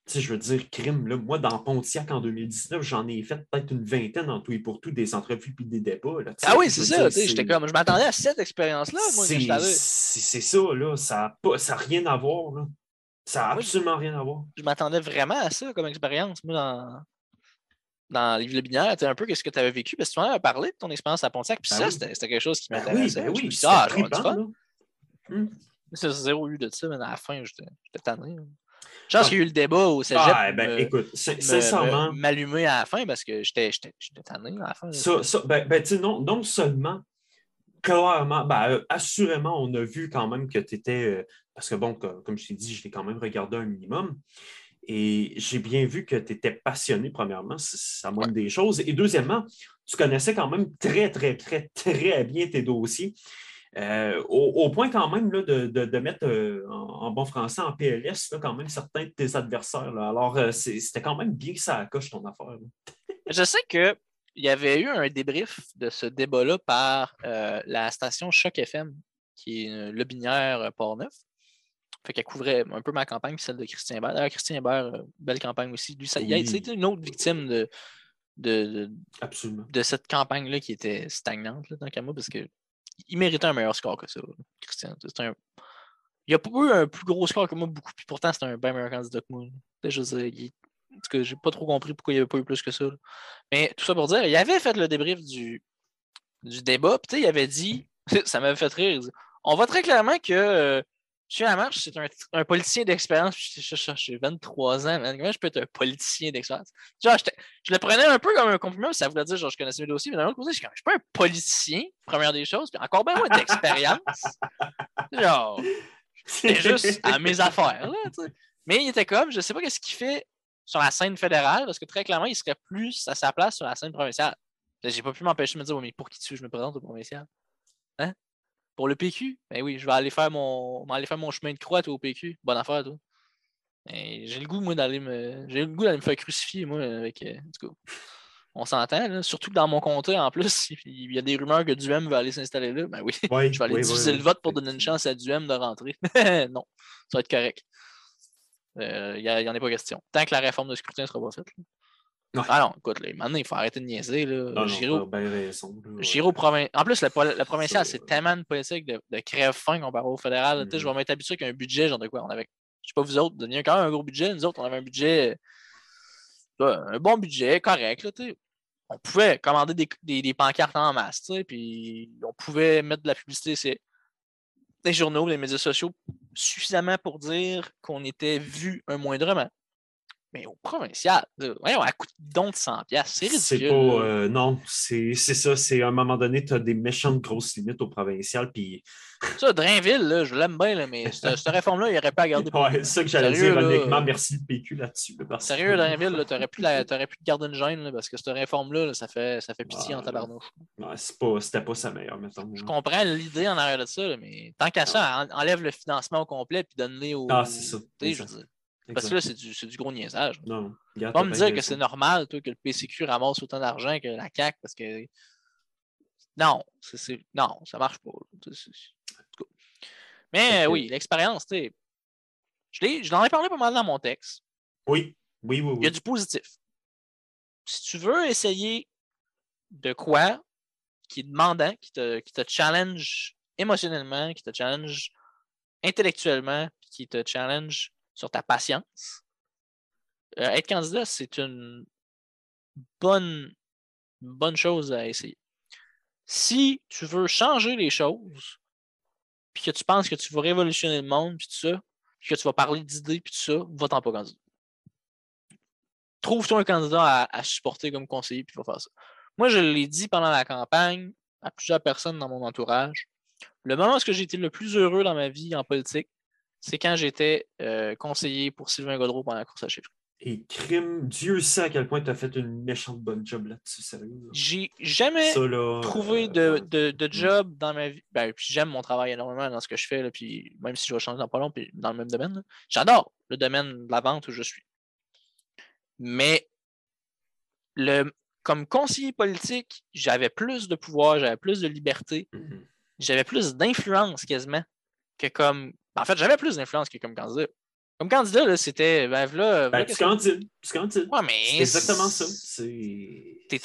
je veux dire, crime, là, moi, dans Pontiac en 2019, j'en ai fait peut-être une vingtaine en tout et pour tout, des entrevues puis des débats. Là, ah oui, c'est ça. J'étais comme, je m'attendais à cette expérience-là, moi, quand j'étais allé. C'est ça, là. Ça n'a rien à voir. Là. Ça n'a absolument rien à voir. Je m'attendais vraiment à ça comme expérience, moi, dans les villes binaires. Un peu ce que tu avais vécu, parce que tu en avais parlé de ton expérience à Pontiac, puis c'était quelque chose qui m'intéressait. Oui, oui, je me suis dit, c'était trippant, c'est zéro eu de ça, mais à la fin, j'étais tanné. Je pense qu'il y a eu le débat au cégep écoute, sincèrement, m'allumer à la fin parce que j'étais tanné à la fin. Non seulement, clairement, assurément, on a vu quand même que tu étais... parce que bon, comme je t'ai dit, je l'ai quand même regardé un minimum. Et j'ai bien vu que tu étais passionné, premièrement, c'est la moindre des choses. Et deuxièmement, tu connaissais quand même très, très, très, très bien tes dossiers. Au point quand même là, de mettre en bon français, en PLS, là, quand même certains de tes adversaires. Là. Alors, c'était quand même bien que ça coche ton affaire. Là. Je sais qu'il y avait eu un débrief de ce débat-là par la station Choc FM, qui est Le Binière Port-Neuf. Fait qu'elle couvrait un peu ma campagne puis celle de Christian Hébert. D'ailleurs, Christian Hébert, belle campagne aussi. Lui, il a été une autre victime de cette campagne-là qui était stagnante, là, tant qu'à moi, parce qu'il méritait un meilleur score que ça, Christian. Il a pas eu un plus gros score que moi, beaucoup, puis pourtant, c'était un bien meilleur candidat que moi. Je veux dire, en tout cas, j'ai pas trop compris pourquoi il n'y avait pas eu plus que ça. Là. Mais tout ça pour dire, il avait fait le débrief du débat, puis il avait dit, ça m'avait fait rire, on voit très clairement que M. Lamarche, c'est un politicien d'expérience. J'ai 23 ans, man. Comment je peux être un politicien d'expérience? Genre, je le prenais un peu comme un compliment, ça voulait dire genre je connaissais mes dossiers, mais d'un autre côté, je suis pas un politicien, première des choses, puis encore bien moins d'expérience. Genre, j'étais juste à mes affaires, là, t'sais. Mais il était comme, je sais pas qu'est-ce qu'il fait sur la scène fédérale, parce que très clairement, il serait plus à sa place sur la scène provinciale. J'ai pas pu m'empêcher de me dire, oh, mais pour qui tu veux je me présente au provincial? Hein? Pour le PQ? Ben oui, je vais aller faire mon chemin de croix toi, au PQ. Bonne affaire, toi. Ben, j'ai le goût, moi, d'aller me faire crucifier, moi, avec. En tout cas, on s'entend, là. Surtout que dans mon comté, en plus, il y a des rumeurs que Duhem va aller s'installer là. Ben oui, je vais aller diviser le vote pour donner une chance à Duhem de rentrer. Non, ça va être correct. Il n'y en a pas question. Tant que la réforme de scrutin ne sera pas faite. Ouais. Ah non, écoute, là, maintenant, il faut arrêter de niaiser. J'irai au provincial. En plus, le provincial, c'est tellement une politique de crève-faim comparé au fédéral. Je vais m'être habitué avec un budget, genre de quoi? On avait, je sais pas vous autres, vous donniez quand même un gros budget. Nous autres, on avait un budget, un bon budget, correct. Là, on pouvait commander des pancartes en masse, puis on pouvait mettre de la publicité sur les journaux, les médias sociaux, suffisamment pour dire qu'on était vu un moindrement. Mais au provincial, voyons, à coût de don de 100$, c'est ridicule. C'est pas... non, c'est ça. C'est à un moment donné, tu as des méchantes grosses limites au provincial. Puis... Ça, Drainville, là, je l'aime bien, là, mais cette réforme-là, il n'y aurait pas à garder pour c'est ça que j'allais dire, honnêtement. Merci le PQ là-dessus. Sérieux, Drainville, tu aurais pu te garder une gêne, là, parce que cette réforme-là, ça fait pitié en tabarnouche. C'était pas sa meilleure, mettons. Je comprends l'idée en arrière de ça, là, mais tant qu'à ça, enlève le financement au complet puis donne-le au... Ah, c'est ça. Parce que là, c'est du gros niaisage. Non. Pas me dire que c'est normal, toi, que le PCQ ramasse autant d'argent que la CAQ, parce que. Non, non, ça marche pas. Mais oui, l'expérience, tu sais. Je l'en ai parlé pas mal dans mon texte. Oui. Il y a du positif. Si tu veux essayer de quoi qui est demandant, qui te challenge émotionnellement, qui te challenge intellectuellement, qui te challenge sur ta patience, être candidat, c'est une bonne chose à essayer. Si tu veux changer les choses, puis que tu penses que tu vas révolutionner le monde, puis tout ça, puis que tu vas parler d'idées, puis tout ça, va-t'en pas candidat. Trouve-toi un candidat à supporter comme conseiller, puis va faire ça. Moi, je l'ai dit pendant la campagne à plusieurs personnes dans mon entourage. Le moment où j'ai été le plus heureux dans ma vie en politique, c'est quand j'étais conseiller pour Sylvain Gaudreault pendant la course à chiffres. Et crime, Dieu sait à quel point tu as fait une méchante bonne job là-dessus, sérieux. Là. J'ai jamais trouvé de job dans ma vie. Ben, puis j'aime mon travail énormément dans ce que je fais, là, puis même si je vais changer dans pas long, puis dans le même domaine. Là, j'adore le domaine de la vente où je suis. Mais comme conseiller politique, j'avais plus de pouvoir, j'avais plus de liberté, j'avais plus d'influence quasiment que comme. En fait, j'avais plus d'influence que comme candidat. Comme candidat, là, c'était. Tu candides. Ouais, mais. C'est exactement ça. T'es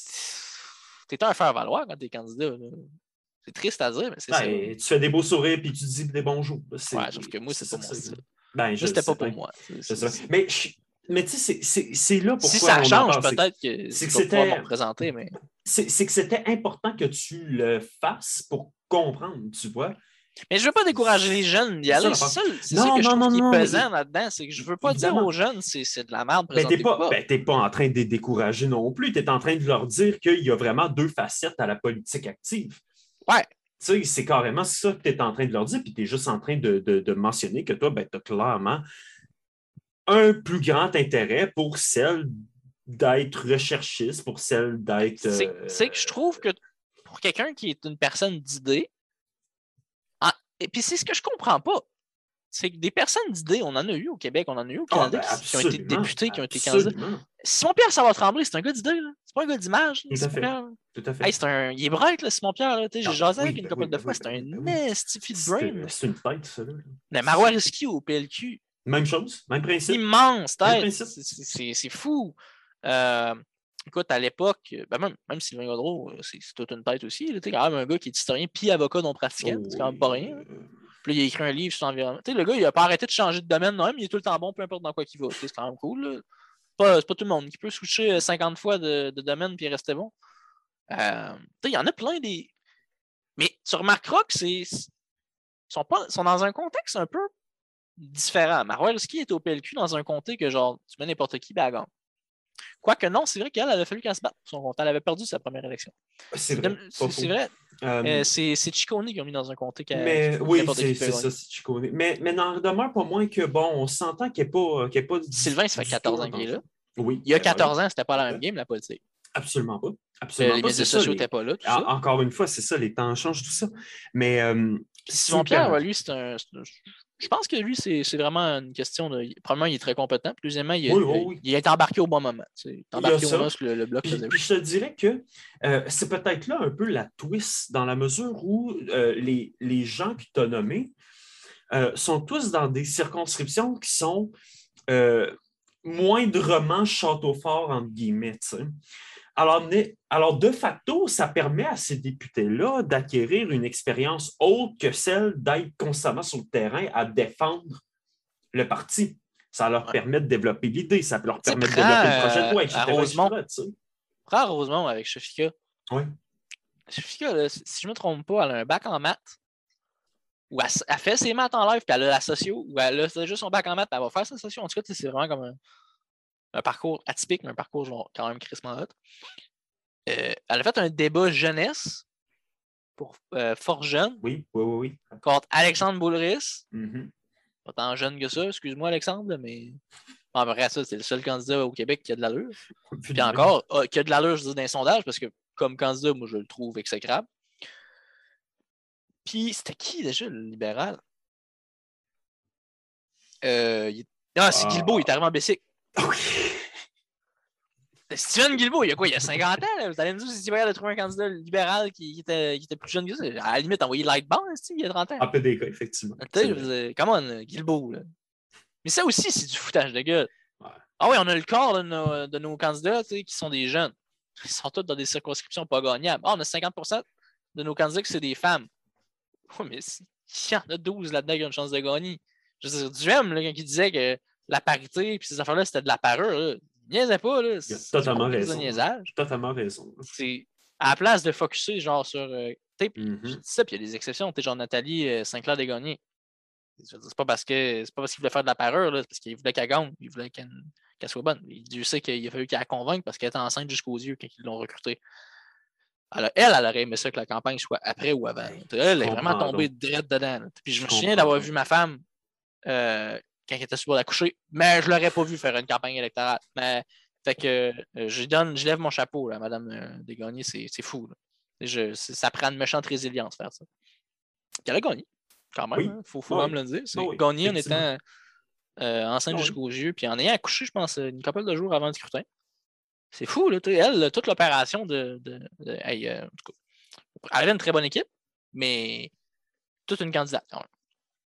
un faire-valoir quand t'es candidat. Là. C'est triste à dire, mais c'est ça. Tu fais des beaux sourires puis tu dis des bonjours. Ouais, sauf que moi, c'est pas mon style. C'était pas pour moi. Mais tu sais, c'est là pourquoi si ça change, peut-être que c'était pouvoir me représenter, mais... C'est que c'était important que tu le fasses pour comprendre, tu vois. Mais je veux pas décourager les jeunes d'y aller. C'est ça que je trouve qui est pesant là-dedans. C'est que je veux pas dire aux jeunes c'est de la merde. T'es pas en train de les décourager non plus. Tu es en train de leur dire qu'il y a vraiment deux facettes à la politique active. Ouais. Tu sais, c'est carrément ça que tu es en train de leur dire, puis tu es juste en train de mentionner que toi, tu as clairement un plus grand intérêt pour celle d'être recherchiste, pour celle d'être... C'est que je trouve que pour quelqu'un qui est une personne d'idées, et puis c'est ce que je comprends pas, c'est que des personnes d'idées, on en a eu au Québec, on en a eu au Canada qui ont été députés, qui ont été candidats. Simon-Pierre Sarah-Tremblay, c'est un gars d'idées, c'est pas un gars d'image. Tout à fait. Il est bright, là, Simon-Pierre. J'ai jasé avec une couple de fois, c'est un nasty de brain. C'est une tête, ça. Mais Marois Risky au PLQ. Même chose, même principe. Immense tête. C'est fou. Écoute, à l'époque, même Sylvain Gaudreau, c'est toute une tête aussi. C'est quand même un gars qui est historien puis avocat non pratiquant. C'est quand même pas rien. Puis là, il a écrit un livre sur l'environnement. Le gars, il a pas arrêté de changer de domaine, non, mais il est tout le temps bon, peu importe dans quoi qu'il va. C'est quand même cool. Là. C'est pas tout le monde qui peut switcher 50 fois de domaine puis rester bon. Il y en a plein des. Mais tu remarqueras que sont dans un contexte un peu différent. Marois Risky est au PLQ dans un comté que genre tu mets n'importe qui bagarre. Quoique non, c'est vrai qu'elle a fallu qu'elle se batte pour son compte. Elle avait perdu sa première élection. C'est vrai. C'est Ciccone qui a mis dans un comté oui, c'est ça, c'est Ciccone. Mais n'en demeure pas moins que, bon, on s'entend qu'il n'y a pas Sylvain, ça fait 14 ans qu'il est là. Oui. Il y a 14 ans, c'était pas la même game, la politique. Absolument pas. Les médias sociaux n'étaient pas là. Encore une fois, c'est ça, les temps changent, tout ça. Mais. Simon-Pierre, lui, je pense que lui, c'est vraiment une question de. Premièrement, il est très compétent. Puis deuxièmement, il est embarqué au bon moment. Il est embarqué au moment où le bloc faisait. Puis je te dirais que c'est peut-être là un peu la twist, dans la mesure où les gens que tu as nommés sont tous dans des circonscriptions qui sont moindrement château fort, entre guillemets. T'sais. Alors, de facto, ça permet à ces députés-là d'acquérir une expérience autre que celle d'être constamment sur le terrain à défendre le parti. Ça leur permet de développer l'idée, ça leur permet de développer le projet de loi, etc. Prends Rosemont avec Shafika. Oui. Shafika, là, si je ne me trompe pas, elle a un bac en maths. Ou elle fait ses maths en live, puis elle a la socio, ou elle a juste son bac en maths, puis elle va faire sa socio. En tout cas, c'est vraiment comme un parcours atypique, mais un parcours genre, quand même crissement hot. Elle a fait un débat jeunesse pour Fort Jeune. Oui. Contre Alexandre Boulris. Mm-hmm. Pas tant jeune que ça, excuse-moi Alexandre, mais en vrai, ça, c'est le seul candidat au Québec qui a de l'allure. Puis encore, qui a de l'allure, je dis, dans les sondages, parce que comme candidat, moi, je le trouve exécrable. Puis, c'était qui déjà, le libéral? C'est Guilbeault, il est arrivé en Bessic. Steven Guilbeault, il y a quoi? Il y a 50 ans, là. Vous allez me dire si tu de trouver un candidat libéral qui était plus jeune que ça. À la limite, envoyer Lightband, il y a 30 ans. Un peu des cas, effectivement. Come on, Guilbeault, là. Mais ça aussi, c'est du foutage de gueule. Ouais. Ah oui, on a le corps de nos candidats qui sont des jeunes. Ils sont tous dans des circonscriptions pas gagnables. On a 50% de nos candidats qui sont des femmes. Oh, mais il y en a 12 là-dedans qui ont une chance de gagner. Je veux dire, Duhem, là, quand il disait que la parité et ces affaires-là, c'était de la parure, là. Il niaisait pas, là. Il a totalement raison. Totalement raison. C'est à la place de focusser genre sur. Je dis ça, puis il y a des exceptions. Genre Nathalie Sinclair-Desgagnés. C'est pas parce qu'il voulait faire de la parure, là, c'est parce qu'il voulait qu'elle gagne. Il voulait qu'elle soit bonne. Dieu sait qu'il a fallu qu'elle la convainque parce qu'elle était enceinte jusqu'aux yeux quand ils l'ont recrutée. Elle aurait aimé ça que la campagne soit après ou avant. Elle est vraiment tombée direct dedans. Là. Puis je me souviens d'avoir vu ma femme quand elle était sur la coucher, mais je ne l'aurais pas vu faire une campagne électorale. Mais fait que je lève mon chapeau à Mme Desgagnés, c'est fou. Là. Ça prend une méchante résilience faire ça. Elle a gagné, quand même. Il faut quand même le dire. C'est gagné en étant enceinte jusqu'aux yeux, puis en ayant accouché, je pense, une couple de jours avant le scrutin. C'est fou, là. Elle, toute l'opération en tout cas, elle avait une très bonne équipe, mais toute une candidate quand même.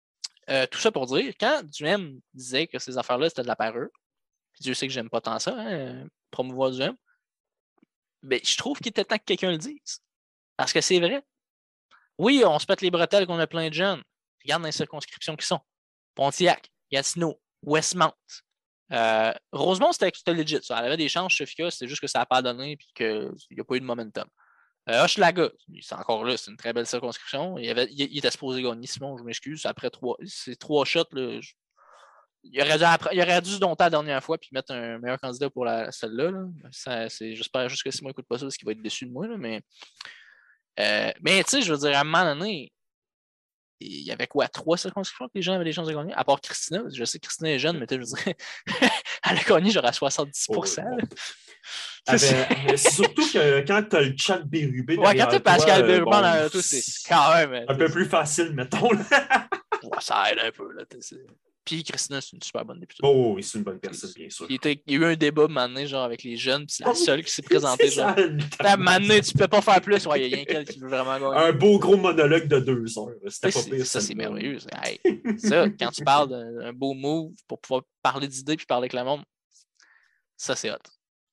tout ça pour dire, quand Duhem disait que ces affaires-là, c'était de la parure, puis Dieu sait que j'aime pas tant ça, promouvoir Duhem, ben, je trouve qu'il était temps que quelqu'un le dise. Parce que c'est vrai. Oui, on se pète les bretelles qu'on a plein de jeunes. Regarde dans les circonscriptions qui sont. Pontiac, Gatineau, Westmount. Rosemont, c'était legit. Ça. Elle avait des chances, Sheffield, c'était juste que ça n'a pas donné et qu'il n'y a pas eu de momentum. Hochelaga, c'est encore là, c'est une très belle circonscription. Il était supposé gagner, Simon, je m'excuse. Après ces 3 shots, là, il aurait dû se dompter la dernière fois et mettre un meilleur candidat pour celle-là. Là. J'espère juste que Simon n'écoute pas ça parce qu'il va être déçu de moi. Là, mais tu sais, je veux dire, à un moment donné, il y avait quoi, 3 circonscriptions que les gens avaient des chances de gagner? À part Christina. Je sais que Christina est jeune, mais je veux dire, elle a gagné genre à 70%. C'est surtout que quand tu as le chat Bérubé. Ouais, quand tu as Pascal Bérubé dans l'auto, c'est quand même. Un peu plus facile, mettons. Ouais, ça aide un peu. Là, puis Christina, c'est une super bonne députée. Oh oui, c'est une bonne personne, bien sûr. Il y a eu un débat maintenant, genre avec les jeunes, puis c'est la seule qui s'est présentée. Genre, maintenant, tu peux pas faire plus. Ouais, il y a rien qu'elle qui veut vraiment gagner. Un beau gros monologue de 2 heures. C'était pas pire. Ça, c'est merveilleux. Hey, ça, quand tu parles d'un beau move pour pouvoir parler d'idées puis parler avec le monde, ça, c'est hot.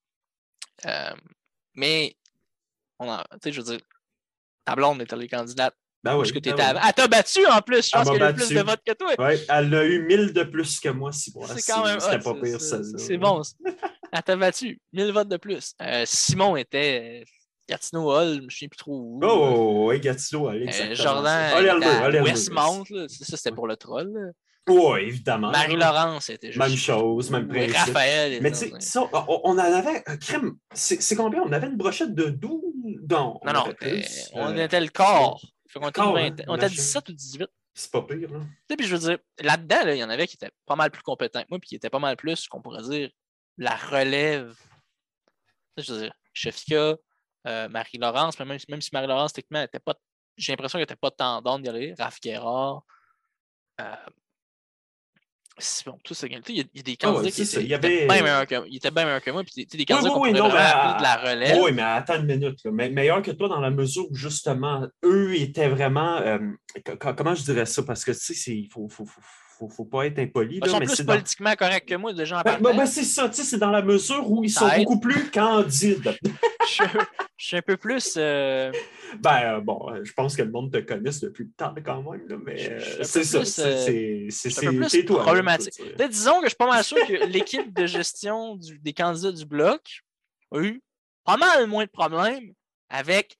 Mais, tu sais, je veux dire, ta blonde était les candidates. Ben oui, elle t'a battu en plus. Je pense qu'elle a eu plus de votes que toi. Oui, elle a eu 1000 de plus que moi. C'est quand même C'était pas pire, celle-là. C'est bon. Elle t'a battu. 1000 votes de plus. Simon était Gatineau Hall, je me souviens plus trop où. Oh, oui, Gatineau Hall, exactement. Jordan, Westmount, ça c'était pour le troll. Oui, évidemment. Marie-Laurence était juste. Même chose, même principe. Raphaël. Mais tu sais, ça, on en avait un crème. C'est combien? On avait une brochette de 12? Non, on était le corps. On était 17 ou 18. C'est pas pire, là. Puis je veux dire, là-dedans, il y en avait qui étaient pas mal plus compétents que moi, puis qui étaient pas mal plus, qu'on pourrait dire, la relève. Je veux dire, Chefka, Marie-Laurence, même si Marie-Laurence, techniquement, n'était pas. J'ai l'impression qu'elle n'était pas tendance d'y aller. Raph Guérard. C'est bon, tout ça. Il y a des candidats qui étaient bien meilleurs que moi. Puis des candidats qui pourraient vraiment de la relève. Oui, mais attends une minute. Là. Meilleur que toi dans la mesure où, justement, eux étaient vraiment... comment je dirais ça? Parce que, tu sais, il faut pas être impoli. Ils sont plus politiquement corrects que moi, déjà en partant. C'est ça, tu sais, c'est dans la mesure où ils sont beaucoup plus candides. Je suis un peu plus... je pense que le monde te connaisse depuis le temps quand même, là, mais c'est ça. C'est un peu plus problématique. Disons que je suis pas mal sûr que l'équipe de gestion des candidats du Bloc a eu pas mal moins de problèmes avec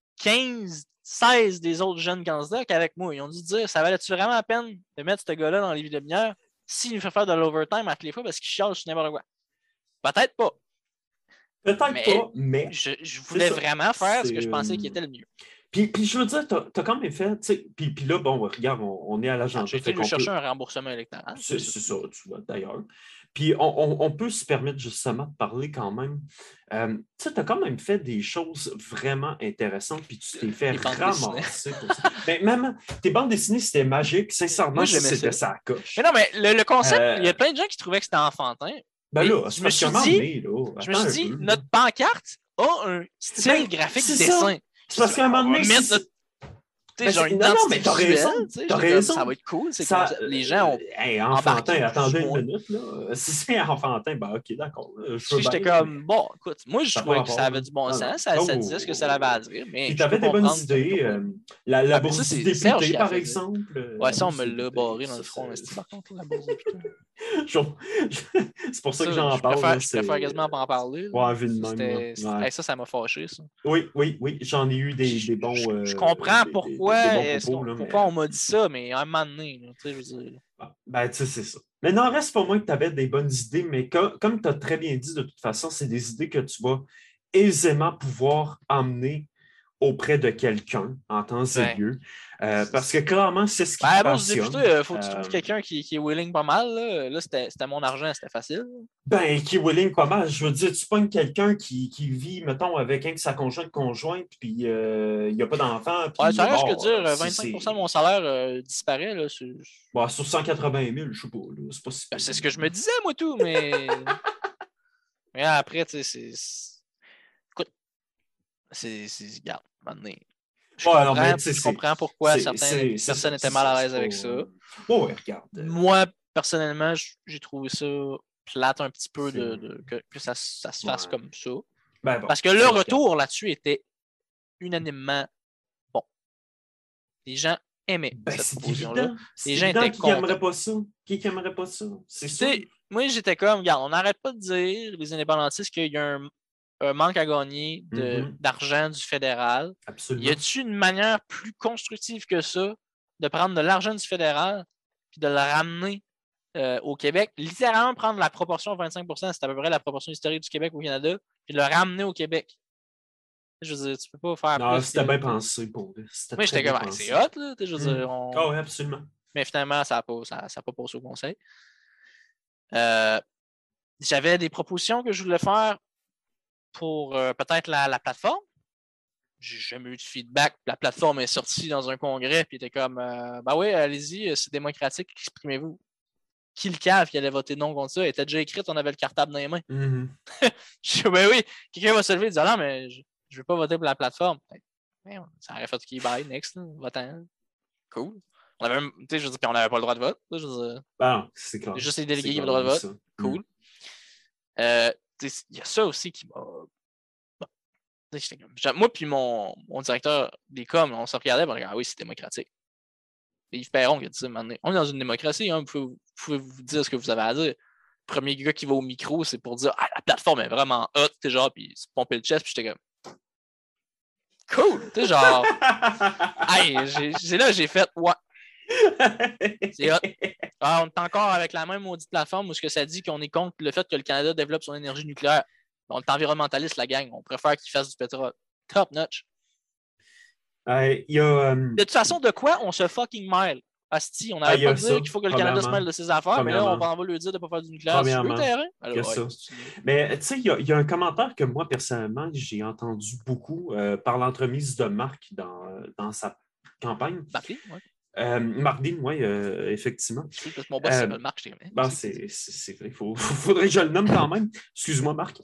16 des autres jeunes candidats qu'avec moi. Ils ont dû dire, ça valait-tu vraiment la peine de mettre ce gars-là dans les vies de bière s'il nous fait faire de l'overtime à toutes les fois parce qu'il chiale sur n'importe quoi? Peut-être pas. Peut-être pas, mais... Je voulais vraiment faire ce que je pensais qui était le mieux. Puis je veux dire, tu as quand même fait... Puis là, bon, regarde, on est à l'agenda. J'ai été chercher un remboursement électoral. C'est ça, tu vois, d'ailleurs. Puis on peut se permettre justement de parler quand même. Tu as quand même fait des choses vraiment intéressantes, puis tu t'es fait ramasser pour ça. Mais même tes bandes dessinées, c'était magique. Sincèrement, moi, c'était ça à coche. Mais non, mais le concept, il y a plein de gens qui trouvaient que c'était enfantin. Ben là, je me suis dit, notre pancarte a un style graphique dessin. C'est parce qu'à un moment donné... Non, mais t'as raison. Ça va être cool. Les gens ont. Enfantin, attendez une minute. Là. Si c'est enfantin, ben ok, d'accord. J'étais comme, bon, écoute, moi je trouvais que ça avait du bon sens. Ça disait ce que ça avait à dire. Puis t'avais des bonnes idées. La bourse du député, par exemple. Ouais, ça, on me l'a barré dans le front. Par contre, la bourse du député. C'est pour ça que j'en parle. Je préfère quasiment pas en parler. Ouais, vu de même. Ça m'a fâché, ça. Oui, j'en ai eu des bons. Je comprends pourquoi on m'a dit ça, mais à un moment donné, tu sais, je veux dire. Ben, tu sais, c'est ça. Mais n'en reste pas moins que tu avais des bonnes idées, mais comme tu as très bien dit, de toute façon, c'est des idées que tu vas aisément pouvoir emmener auprès de quelqu'un en temps et lieu. Parce que clairement, c'est ce qui te passionne. Il faut que tu trouves quelqu'un qui est willing pas mal. Là c'était mon argent, c'était facile. Ben, qui est willing pas mal. Je veux dire, tu pognes quelqu'un qui vit, mettons, avec sa conjointe, puis il n'y a pas d'enfant. Ouais, ça reste que dire, 25% de mon salaire disparaît. Là, sur 180 000, je sais pas. C'est pas si... c'est ce que je me disais, moi, tout, mais... mais après, tu sais, Écoute, regarde, maintenant. Je comprends pourquoi certaines personnes étaient mal à l'aise avec ça. Regarde. Moi, personnellement, j'ai trouvé ça plate un petit peu que ça se fasse comme ça. Parce que le retour là-dessus était unanimement bon. Les gens aimaient cette proposition-là. Les gens étaient contents. Qui n'aimerait pas ça? C'est ça. Moi, j'étais comme, regarde, on n'arrête pas de dire, les indépendantistes, qu'il y a un manque à gagner d'argent du fédéral. Absolument. Y a-t-il une manière plus constructive que ça de prendre de l'argent du fédéral et de le ramener au Québec? Littéralement prendre la proportion 25%, c'est à peu près la proportion historique du Québec au Canada, puis de le ramener au Québec. Je veux dire, tu peux pas faire plus. Non, c'était bien pensé pour eux. Moi, j'étais comme, c'est hot, là. Je veux dire, oui, absolument. Mais finalement, ça n'a pas passé au conseil. J'avais des propositions que je voulais faire pour peut-être la plateforme. J'ai jamais eu de feedback. La plateforme est sortie dans un congrès, puis était comme, ben oui, allez-y, c'est démocratique, exprimez-vous. Qui le cave qui allait voter non contre ça? Elle était déjà écrite, on avait le cartable dans les mains. Je dis, ben oui, quelqu'un va se lever et dire, non, mais je ne veux pas voter pour la plateforme. Ça aurait fait qui bye, next, votant. Cool. On avait même, je veux dire, puis on n'avait pas le droit de vote. Je veux dire, c'est clair. Juste les délégués qui avaient le droit de vote. Ça. Cool. Il y a ça aussi qui m'a. Moi puis mon directeur des coms, on se regardait et on regardait, oui, c'est démocratique. Et Yves Perron qui a dit ça, on est dans une démocratie, hein, vous pouvez vous dire ce que vous avez à dire. Le premier gars qui va au micro, c'est pour dire la plateforme est vraiment hot, genre, puis se pomper le chest, puis j'étais comme cool, tu sais, genre. J'ai fait ouais. C'est hot. On est encore avec la même maudite plateforme où ce que ça dit qu'on est contre le fait que le Canada développe son énergie nucléaire. On est environnementaliste, la gang. On préfère qu'ils fassent du pétrole. Top notch. De toute façon, de quoi on se fucking mêle? Asti, on n'arrête pas de dire qu'il faut que le Canada se mêle de ses affaires, mais là, on va lui dire de ne pas faire du nucléaire sur le terrain. Alors, mais tu sais, il y a un commentaire que moi, personnellement, j'ai entendu beaucoup par l'entremise de Marc dans sa campagne. Marc Dean, oui, effectivement. Parce que mon boss s'appelle Marc, je t'ai c'est vrai, faudrait que je le nomme quand même. Excuse-moi, Marc.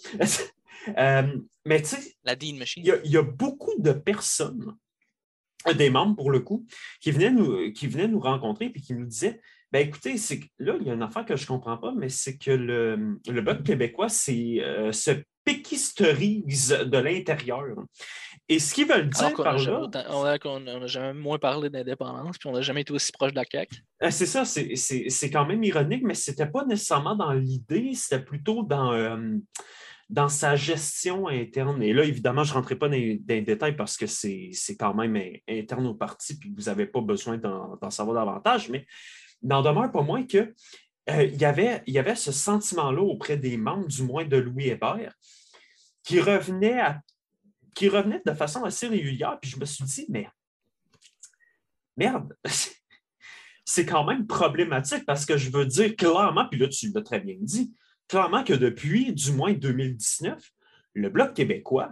Mais tu sais, la Dean Machine. Il y a beaucoup de personnes, des membres pour le coup, qui venaient nous rencontrer et qui nous disaient écoutez, c'est là, il y a une affaire que je ne comprends pas, mais c'est que le Bloc québécois, se péquisterise de l'intérieur. Et ce qu'ils veulent dire par là... On n'a jamais moins parlé d'indépendance, puis on n'a jamais été aussi proche de la CAQ. C'est ça, c'est quand même ironique, mais ce n'était pas nécessairement dans l'idée, c'était plutôt dans sa gestion interne. Et là, évidemment, je ne rentrerai pas dans les détails parce que c'est quand même interne au parti, puis vous n'avez pas besoin d'en savoir davantage, mais il n'en demeure pas moins que il y avait ce sentiment-là auprès des membres, du moins de Louis Hébert, qui revenait de façon assez régulière. Puis je me suis dit, mais merde, c'est quand même problématique parce que je veux dire clairement, puis là, tu l'as très bien dit, clairement que depuis du moins 2019, le Bloc québécois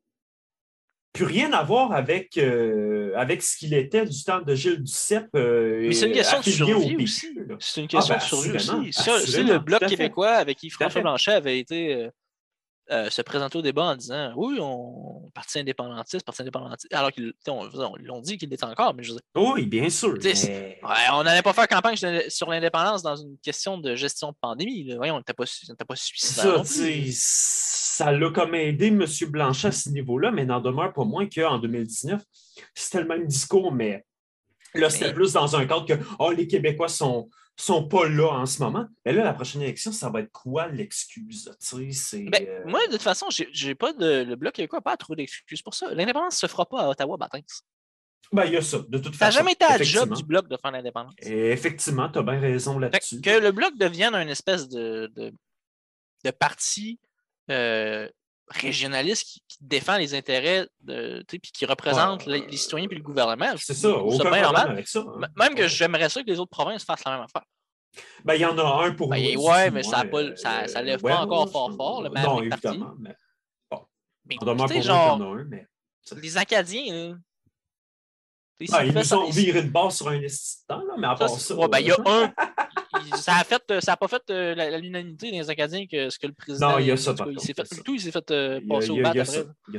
plus rien à voir avec ce qu'il était du temps de Gilles Duceppe. Mais c'est une question de survie aussi. C'est une question de survie aussi. Si le Bloc québécois avec Yves-François Blanchet avait été se présenter au débat en disant oui, on parti indépendantiste, alors qu'ils l'ont dit qu'il l'était encore, mais je veux dire, oui, bien sûr. Mais... on n'allait pas faire campagne sur l'indépendance dans une question de gestion de pandémie. Là. Voyons, on n'était pas suicidaire. Ça l'a comme aidé M. Blanchet à ce niveau-là, mais n'en demeure pas moins qu'en 2019, c'était le même discours, mais là, c'était plus dans un cadre que les Québécois sont pas là en ce moment. Mais là, la prochaine élection, ça va être quoi l'excuse? Moi, de toute façon, j'ai pas le Bloc québécois n'a pas trop d'excuses pour ça. L'indépendance ne se fera pas à Ottawa, Batins. Il y a ça, de toute façon. Ça n'a jamais été à job du Bloc de faire l'indépendance. Et effectivement, tu as bien raison là-dessus. Que le Bloc devienne une espèce de parti régionaliste qui défend les intérêts puis qui représente les citoyens et le gouvernement. C'est ça, aucun problème avec ça. Hein. Même que j'aimerais ça que les autres provinces fassent la même affaire. Il y en a un pour nous. Oui, mais ça ne lève pas encore fort. Le non, évidemment. Mais bon. On demeure pour genre, qu'il y en a un, mais... Les Acadiens, ils nous ont viré de base sur un instant, mais à part ça. Il y a un. Ça n'a pas fait l'unanimité des Acadiens que ce que le président. Non, il y a ça. Il s'est fait passer au bat après. Il y a ça.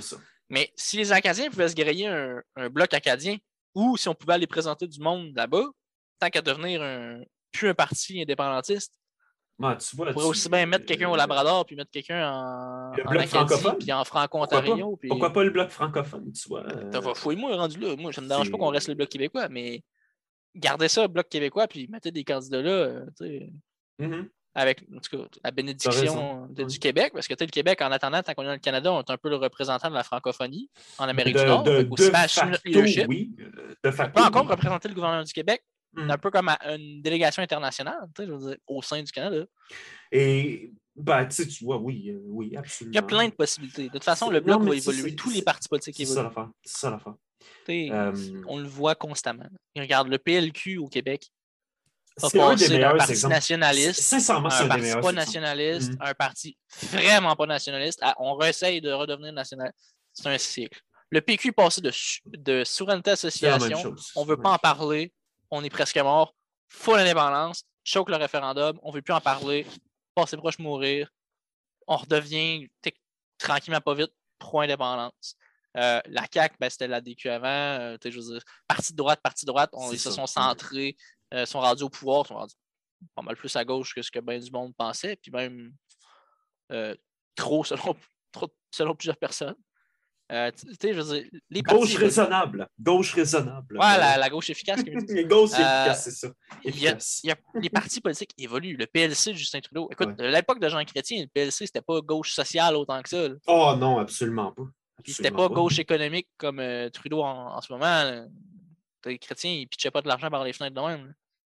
Mais si les Acadiens pouvaient se griller un bloc acadien, ou si on pouvait aller présenter du monde là-bas, tant qu'à devenir plus un parti indépendantiste, tu vois, on pourrait aussi bien mettre quelqu'un au Labrador, puis mettre quelqu'un en Acadie, puis en Franco-Ontario. Pourquoi pas le bloc francophone, tu vois? Fouille-moi rendu là. Moi, ça me dérange pas qu'on reste le bloc québécois, mais gardez ça, le bloc québécois, puis mettez des candidats là, avec, en tout cas, la bénédiction du Québec, parce que le Québec, en attendant, tant qu'on est dans le Canada, on est un peu le représentant de la francophonie en Amérique du Nord. On peut assumer notre leadership. Oui. On peut encore représenter le gouvernement du Québec, un peu comme une délégation internationale, je veux dire, au sein du Canada. Et tu vois, oui, absolument. Il y a plein de possibilités. De toute façon, le bloc va évoluer. Tous les partis politiques évoluent. C'est ça l'affaire. On le voit constamment. Et regarde, le PLQ au Québec a c'est un des passé d'un meilleurs parti exemples. nationaliste Sincèrement, à un parti pas nationaliste, à un parti vraiment pas nationaliste. On réessaye de redevenir national. C'est un cycle. Le PQ est passé de souveraineté association. On ne veut pas en parler. On est presque mort. Full indépendance. Choque le référendum. On ne veut plus en parler. Passer proche mourir. On redevient tranquillement pas vite pro-indépendance. La CAQ, c'était la DQ avant. Je veux dire, parti de droite. Ils se sont centrés. Sont rendus au pouvoir. Sont rendus pas mal plus à gauche que ce que bien du monde pensait. Puis même trop selon plusieurs personnes. Je veux dire, les gauche raisonnable. Gauche raisonnable. Ouais, la gauche efficace. Gauche efficace, c'est ça. Efficace. Les partis politiques évoluent. Le PLC de Justin Trudeau. Écoute, à l'époque de Jean Chrétien, le PLC, c'était pas gauche sociale autant que ça. Là. Oh non, absolument pas. Puis c'était pas gauche économique comme Trudeau en ce moment. Les chrétiens, ils pitchaient pas de l'argent par les fenêtres de même.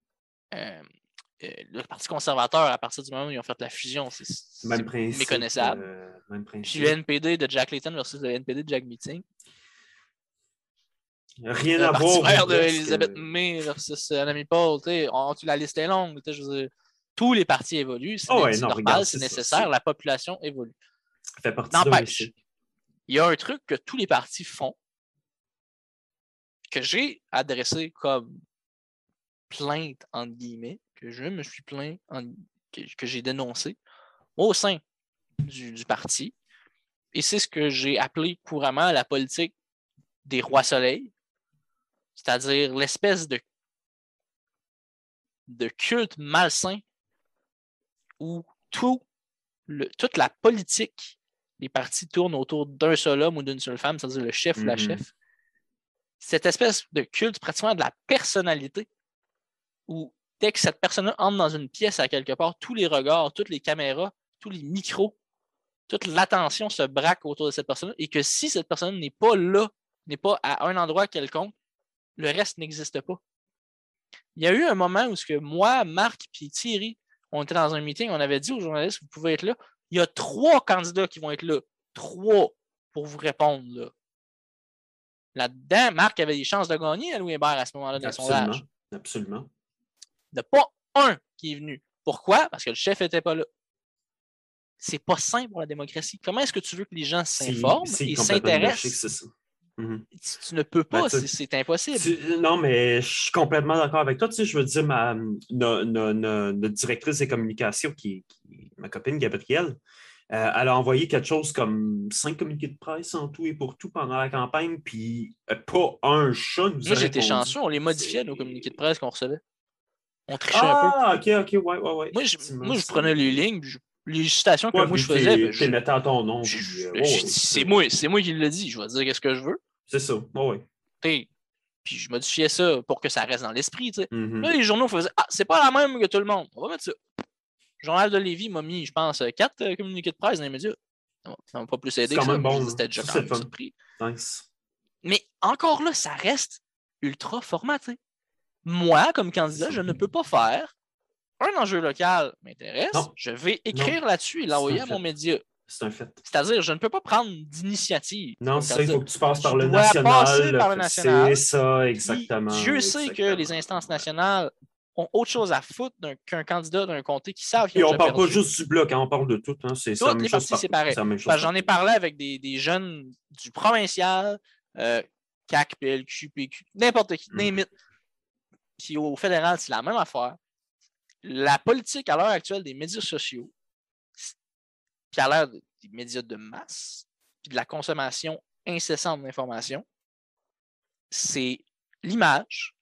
Le Parti conservateur, à partir du moment où ils ont fait la fusion, c'est méconnaissable. Puis le NPD de Jack Layton versus le NPD de Jack Meeting. Rien à voir. Le parti vert d'Elisabeth May versus Anami Paul. La liste est longue. Je veux dire, tous les partis évoluent. C'est normal, c'est nécessaire. La population évolue. Ça fait partie N'empêche, il y a un truc que tous les partis font que j'ai adressé comme plainte, entre guillemets, que je me suis plaint, que j'ai dénoncé au sein du parti. Et c'est ce que j'ai appelé couramment la politique des rois soleils, c'est-à-dire l'espèce de culte malsain où toute la politique des partis tourne autour d'un seul homme ou d'une seule femme, c'est-à-dire le chef ou la chef. Cette espèce de culte pratiquement de la personnalité où dès que cette personne entre dans une pièce à quelque part, tous les regards, toutes les caméras, tous les micros, toute l'attention se braque autour de cette personne et que si cette personne n'est pas là, n'est pas à un endroit quelconque, le reste n'existe pas. Il y a eu un moment où moi, Marc et Thierry, on était dans un meeting, on avait dit aux journalistes, vous pouvez être là. Il y a 3 candidats qui vont être là. 3 pour vous répondre. Là-dedans, Marc avait des chances de gagner à Louis Hébert à ce moment-là dans les sondages. Absolument. Il n'y a pas un qui est venu. Pourquoi? Parce que le chef n'était pas là. C'est pas sain pour la démocratie. Comment est-ce que tu veux que les gens s'informent et s'intéressent? Tu ne peux pas, c'est impossible. Non, mais je suis complètement d'accord avec toi. Tu sais, je veux dire, notre directrice des communications, qui ma copine Gabrielle, elle a envoyé quelque chose comme 5 communiqués de presse en tout et pour tout pendant la campagne, puis pas un chat nous a répondu. Moi, j'étais chanceux, on les modifiait, nos communiqués de presse qu'on recevait. On trichait un peu. Ah, ok, ouais. Moi, je prenais les lignes, les citations que moi je faisais. Tu mettais à ton nom. C'est moi qui le dis, je vais dire qu'est-ce que je veux. C'est ça, ouais. Puis je modifiais ça pour que ça reste dans l'esprit. Là, les journaux faisaient c'est pas la même que tout le monde. On va mettre ça. Le Journal de Lévis m'a mis, je pense, 4 communiqués de presse dans les médias. Ça m'a pas plus aidé que ça, mais c'était déjà quand même surpris. Nice. Mais encore là, ça reste ultra formaté. Moi, comme candidat, je ne peux pas faire un enjeu local m'intéresse, je vais écrire là-dessus et l'envoyer à mon média. C'est un fait. C'est-à-dire, je ne peux pas prendre d'initiative. Non, c'est ça, il faut que tu passes par le national. C'est ça, exactement. Dieu sait que les instances nationales ont autre chose à foutre qu'un candidat d'un comté qui savent qu'ils ont on parle pas juste du bloc, on parle de tout. C'est ça, toutes les parties séparées. J'en ai parlé avec des jeunes du provincial, CAC, PLQ, PQ, n'importe qui, qui au fédéral, c'est la même affaire. La politique à l'heure actuelle des médias sociaux, puis à l'heure des médias de masse, puis de la consommation incessante d'informations. C'est l'image.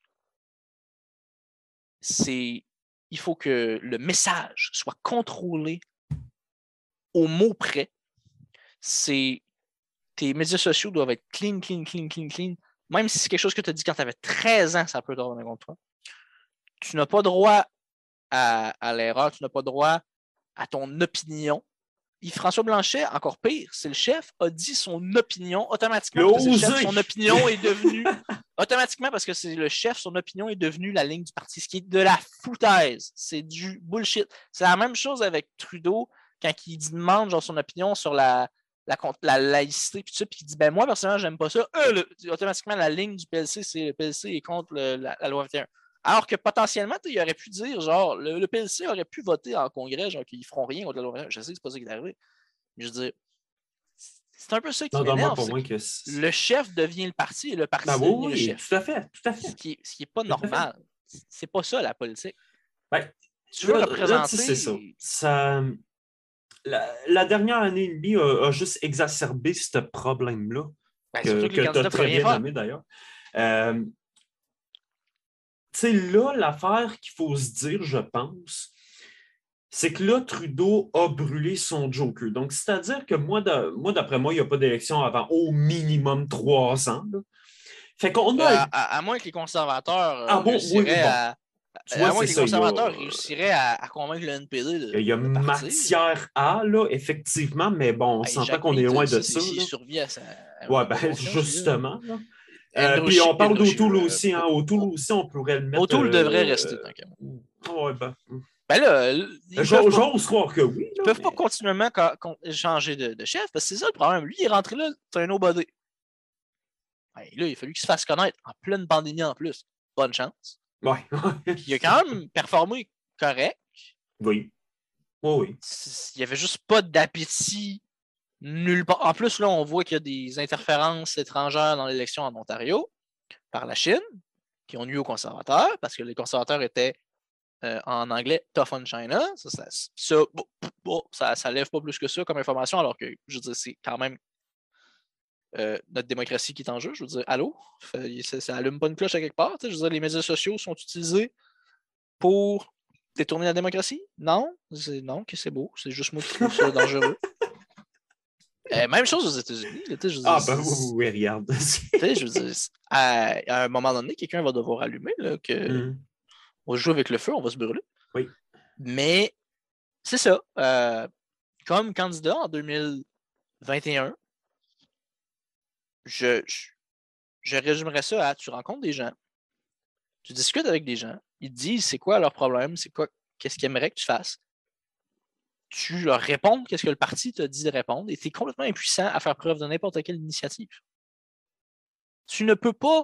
Il faut que le message soit contrôlé au mot près. Tes médias sociaux doivent être clean. Même si c'est quelque chose que tu as dit quand tu avais 13 ans, ça peut te revenir contre toi. Tu n'as pas droit à l'erreur, tu n'as pas droit à ton opinion. Yves-François Blanchet, encore pire, c'est le chef, a dit son opinion automatiquement. Parce que c'est le chef, son opinion est devenue automatiquement parce que c'est le chef, son opinion est devenue la ligne du parti, ce qui est de la foutaise. C'est du bullshit. C'est la même chose avec Trudeau quand il demande genre, son opinion sur la laïcité, puis il dit moi, personnellement, j'aime pas ça. Automatiquement, la ligne du PLC, c'est le PLC est contre la loi 21. Alors que potentiellement, il aurait pu dire, genre, le PLC aurait pu voter en congrès, genre, qu'ils feront rien contre la loi 21. Je sais que c'est pas ça qui est arrivé. Mais je veux dire, c'est un peu ça qui m'énerve. Le chef devient le parti et le parti devient le chef. Tout à fait. Ce qui est pas normal. C'est pas ça, la politique. Ben, tu veux représenter... c'est ça. La dernière année et demie a juste exacerbé ce problème-là, que tu as très bien nommé d'ailleurs. Tu sais, là, l'affaire qu'il faut se dire, je pense, c'est que là, Trudeau a brûlé son joker. Donc, c'est-à-dire que moi, d'après moi, il n'y a pas d'élection avant au minimum 3 ans. Là. Fait qu'on a... à moins que les conservateurs réussiraient à... à moins que les conservateurs réussiraient à convaincre le NPD de... Il y a matière à, là, effectivement, mais bon, on s'entend qu'on est loin de ça. Il survit à ça. Ouais, ben, justement. Puis on parle d'O'Toole aussi. O'Toole aussi, on pourrait le mettre... O'Toole devrait rester, tant qu'à moi. Ouais, ben... Ben là, j'ose croire que oui. Ils ne peuvent pas continuellement changer de chef, parce que c'est ça le problème. Lui, il est rentré là, c'est un nobody. Ben, là, il a fallu qu'il se fasse connaître en pleine pandémie en plus. Bonne chance. Ouais. Puis il a quand même performé correct. Oui. Oui. Il n'y avait juste pas d'appétit nulle part. En plus, là, on voit qu'il y a des interférences étrangères dans l'élection en Ontario par la Chine qui ont nuit aux conservateurs parce que les conservateurs étaient en anglais tough on China. Ça lève pas plus que ça comme information, alors que, je veux dire, c'est quand même notre démocratie qui est en jeu. Je veux dire, allô? Ça allume pas une cloche à quelque part. Je veux dire, les médias sociaux sont utilisés pour détourner la démocratie? Non? Non, que c'est beau. C'est juste moi qui trouve ça dangereux. Même chose aux États-Unis. Oui, regarde. Je veux dire, à un moment donné, quelqu'un va devoir allumer là, que on joue avec le feu, on va se brûler. Oui. Mais c'est ça. Comme candidat en 2021, je résumerais ça à tu rencontres des gens, tu discutes avec des gens, ils te disent c'est quoi leur problème, qu'est-ce qu'ils aimeraient que tu fasses. Tu leur réponds qu'est-ce que le parti t'a dit de répondre et tu es complètement impuissant à faire preuve de n'importe quelle initiative. Tu ne peux pas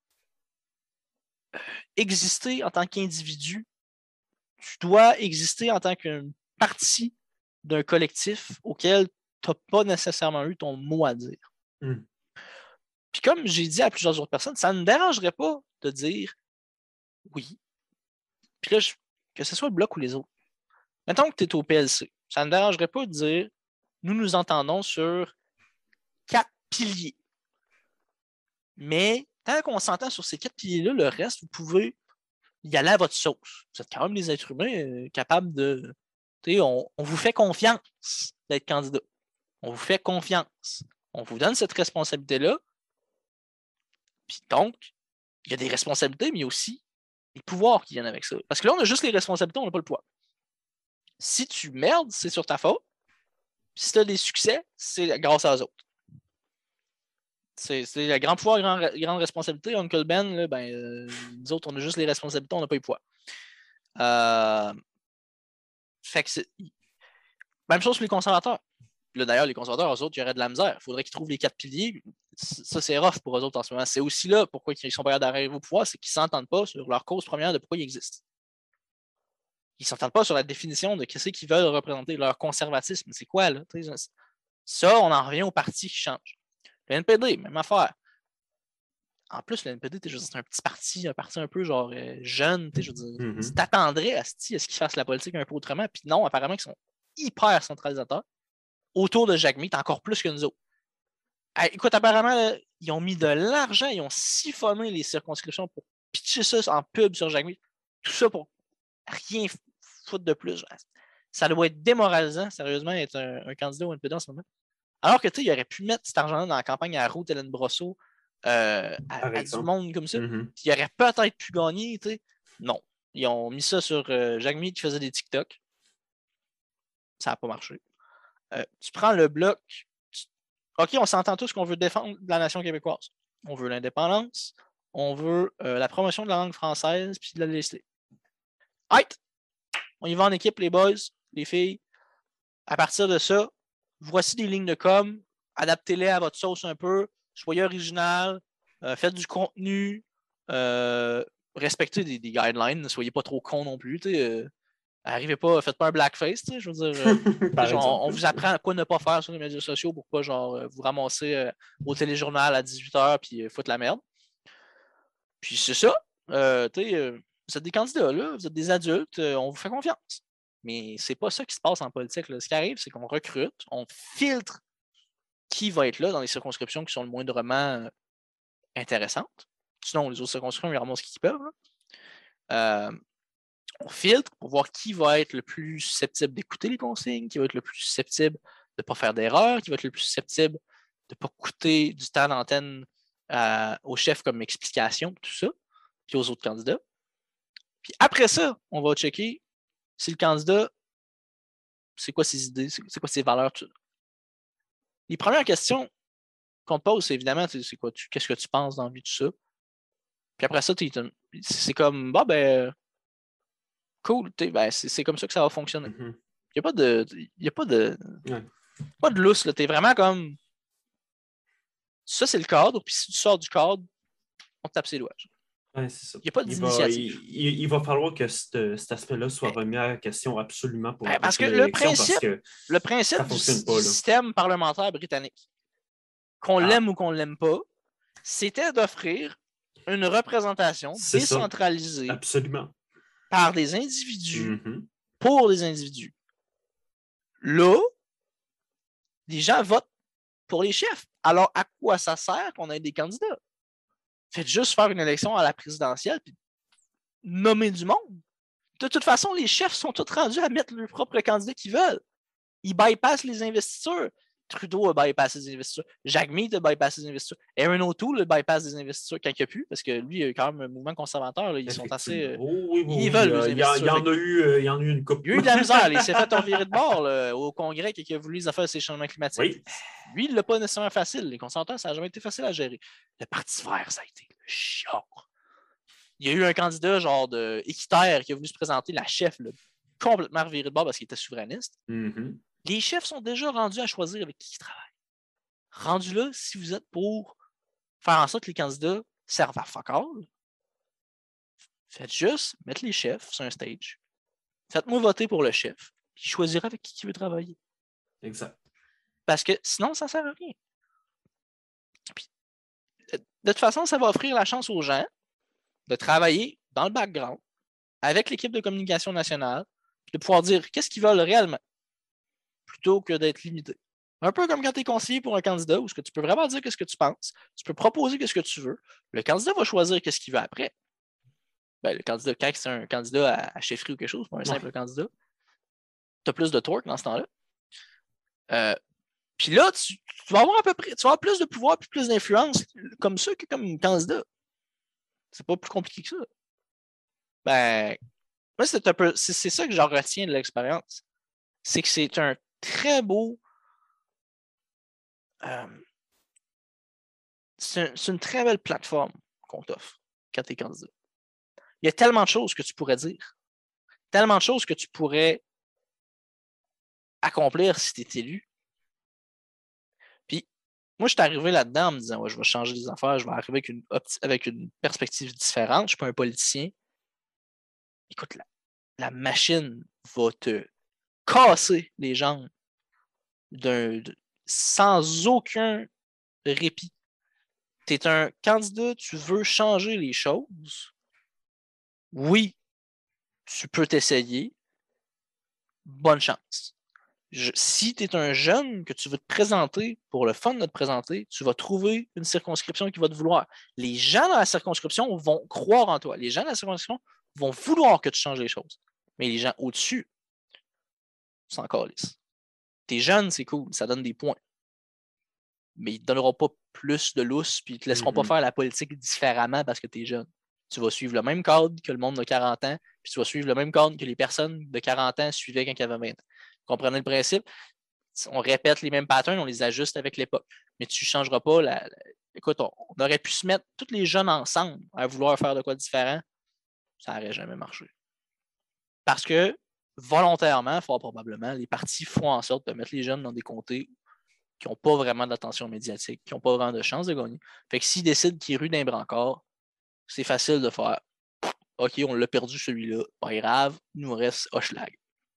exister en tant qu'individu. Tu dois exister en tant qu'une partie d'un collectif auquel tu n'as pas nécessairement eu ton mot à dire. Puis comme j'ai dit à plusieurs autres personnes, ça ne me dérangerait pas de dire oui. Puis là, que ce soit le Bloc ou les autres. Mettons que tu es au PLC. Ça ne me dérangerait pas de dire nous entendons sur 4 piliers. Mais tant qu'on s'entend sur ces 4 piliers-là, le reste, vous pouvez y aller à votre sauce. Vous êtes quand même des êtres humains capables de... On vous fait confiance d'être candidat. On vous fait confiance. On vous donne cette responsabilité-là. Puis donc, il y a des responsabilités, mais il y a aussi des pouvoirs qui viennent avec ça. Parce que là, on a juste les responsabilités, on n'a pas le pouvoir. Si tu merdes, c'est sur ta faute. Puis si tu as des succès, c'est grâce à eux autres. C'est la grande pouvoir, grande responsabilité. Uncle Ben, là, nous autres, on a juste les responsabilités, on n'a pas le pouvoir. Fait que c'est... Même chose pour les conservateurs. Là, d'ailleurs, les conservateurs, eux autres, il y aurait de la misère. Il faudrait qu'ils trouvent les 4 piliers. Ça, c'est rough pour eux autres en ce moment. C'est aussi là pourquoi ils sont pas capables d'arriver au pouvoir, c'est qu'ils ne s'entendent pas sur leur cause première de pourquoi ils existent. Ils ne s'entendent pas sur la définition de ce qu'ils veulent représenter, leur conservatisme. C'est quoi, là? Ça, on en revient au parti qui change. Le NPD, même affaire. En plus, le NPD, c'est un petit parti, un parti un peu genre jeune. Je veux dire, tu t'attendrais à ce qu'ils fassent la politique un peu autrement. Puis non, apparemment, ils sont hyper centralisateurs. Autour de Jacques Meade, encore plus que nous autres. Écoute, apparemment, là, ils ont mis de l'argent, ils ont siphonné les circonscriptions pour pitcher ça en pub sur Jacques Mead. Tout ça pour rien foutre de plus. Ça doit être démoralisant, sérieusement, être un candidat au NPD en ce moment. Alors que, tu sais, il aurait pu mettre cet argent-là dans la campagne à Ruth Hélène Brosseau, à du monde comme ça. Puis il aurait peut-être pu gagner, tu sais. Non. Ils ont mis ça sur Jacques Mead qui faisait des TikTok. Ça n'a pas marché. Tu prends le bloc. OK, on s'entend tous qu'on veut défendre la nation québécoise. On veut l'indépendance. On veut la promotion de la langue française puis de la laïcité. Right! On y va en équipe, les boys, les filles. À partir de ça, voici des lignes de com. Adaptez-les à votre sauce un peu. Soyez original. Faites du contenu. Respectez des guidelines. Ne soyez pas trop cons non plus. Arrivez pas, faites pas un blackface. Je veux dire, on vous apprend à quoi ne pas faire sur les médias sociaux pour pas vous ramasser au téléjournal à 18h puis foutre la merde. Puis c'est ça. Vous êtes des candidats, là, vous êtes des adultes, on vous fait confiance. Mais c'est pas ça qui se passe en politique. Là. Ce qui arrive, c'est qu'on recrute, on filtre qui va être là dans les circonscriptions qui sont le moindrement intéressantes. Sinon, les autres circonscriptions, ils ramassent qui peuvent. On filtre pour voir qui va être le plus susceptible d'écouter les consignes, qui va être le plus susceptible de ne pas faire d'erreur, qui va être le plus susceptible de ne pas coûter du temps d'antenne au chef comme explication, tout ça, puis aux autres candidats. Puis après ça, on va checker si le candidat, c'est quoi ses idées, c'est quoi ses valeurs, tout ça. Les premières questions qu'on te pose, c'est évidemment, c'est quoi, qu'est-ce que tu penses dans la vie, tout ça. Puis après ça, c'est comme, bah ben, cool, c'est comme ça que ça va fonctionner. Il n'y a pas de. Pas de lousse, là. T'es vraiment comme. Ça, c'est le cadre, puis si tu sors du cadre, on te tape ses doigts. Ouais, c'est ça. Il n'y a pas d'initiative. Il va falloir que cet aspect-là soit remis à question absolument pour parce que le principe du système parlementaire britannique, qu'on l'aime ou qu'on ne l'aime pas, c'était d'offrir une représentation décentralisée par des individus pour des individus. Là, les gens votent pour les chefs. Alors, à quoi ça sert qu'on ait des candidats? Faites juste faire une élection à la présidentielle puis nommer du monde. De toute façon, les chefs sont tous rendus à mettre leur propre candidat qu'ils veulent. Ils bypassent les investitures. Trudeau a bypassé les investitures. Jacques Mead a bypassé les investitures. Aaron O'Toole a bypassé les investitures quand il n'y a plus, parce que lui, il y a quand même un mouvement conservateur. Là, ils sont assez. Ils veulent les investitures. Il y en a eu une couple. Il y a eu de la misère. Il s'est fait virer de bord au Congrès qui a voulu les affaires des changements climatiques. Oui. Lui, il ne l'a pas nécessairement facile. Les conservateurs, ça n'a jamais été facile à gérer. Le Parti vert, ça a été le chiant. Il y a eu un candidat genre de équitaire qui a voulu se présenter, la chef, là, complètement reviré de bord parce qu'il était souverainiste. Les chefs sont déjà rendus à choisir avec qui ils travaillent. Rendu là, si vous êtes pour faire en sorte que les candidats servent à fuck all, faites juste mettre les chefs sur un stage. Faites-moi voter pour le chef, puis il choisira avec qui il veut travailler. Exact. Parce que sinon, ça ne sert à rien. Puis, de toute façon, ça va offrir la chance aux gens de travailler dans le background avec l'équipe de communication nationale, puis de pouvoir dire qu'est-ce qu'ils veulent réellement, plutôt que d'être limité. Un peu comme quand tu es conseiller pour un candidat, où tu peux vraiment dire ce que tu penses, tu peux proposer ce que tu veux, le candidat va choisir ce qu'il veut après. Ben, le candidat, quand c'est un candidat à chefferie ou quelque chose, pas un simple candidat, tu as plus de torque dans ce temps-là. Puis là, tu vas avoir à peu près, tu vas avoir plus de pouvoir et plus d'influence comme ça que comme candidat. C'est pas plus compliqué que ça. Ben, moi, c'est ça que j'en retiens de l'expérience. C'est que c'est un très beau. C'est une très belle plateforme qu'on t'offre quand tu es candidat. Il y a tellement de choses que tu pourrais dire. Tellement de choses que tu pourrais accomplir si tu es élu. Puis, moi, je suis arrivé là-dedans en me disant, je vais changer les affaires, je vais arriver avec une perspective différente. Je ne suis pas un politicien. Écoute, la machine va te casser les jambes sans aucun répit. Tu es un candidat, tu veux changer les choses. Oui, tu peux t'essayer. Bonne chance. Si tu es un jeune que tu veux te présenter pour le fun de te présenter, tu vas trouver une circonscription qui va te vouloir. Les gens dans la circonscription vont croire en toi. Les gens dans la circonscription vont vouloir que tu changes les choses. Mais les gens au-dessus, c'est encore lisse. T'es jeune, c'est cool, ça donne des points. Mais ils ne te donneront pas plus de lousse, puis ils ne te laisseront pas faire la politique différemment parce que tu es jeune. Tu vas suivre le même cadre que le monde de 40 ans, puis tu vas suivre le même cadre que les personnes de 40 ans suivaient quand ils avaient 20 ans. Vous comprenez le principe? On répète les mêmes patterns, on les ajuste avec l'époque. Mais tu ne changeras pas Écoute, on aurait pu se mettre tous les jeunes ensemble à vouloir faire de quoi différent. Ça n'aurait jamais marché. Parce que, volontairement, fort probablement, les partis font en sorte de mettre les jeunes dans des comtés qui n'ont pas vraiment d'attention médiatique, qui n'ont pas vraiment de chance de gagner. Fait que s'ils décident qu'ils ruent d'un brancard, c'est facile de faire « OK, on l'a perdu celui-là, pas grave, il nous reste Hochelag. »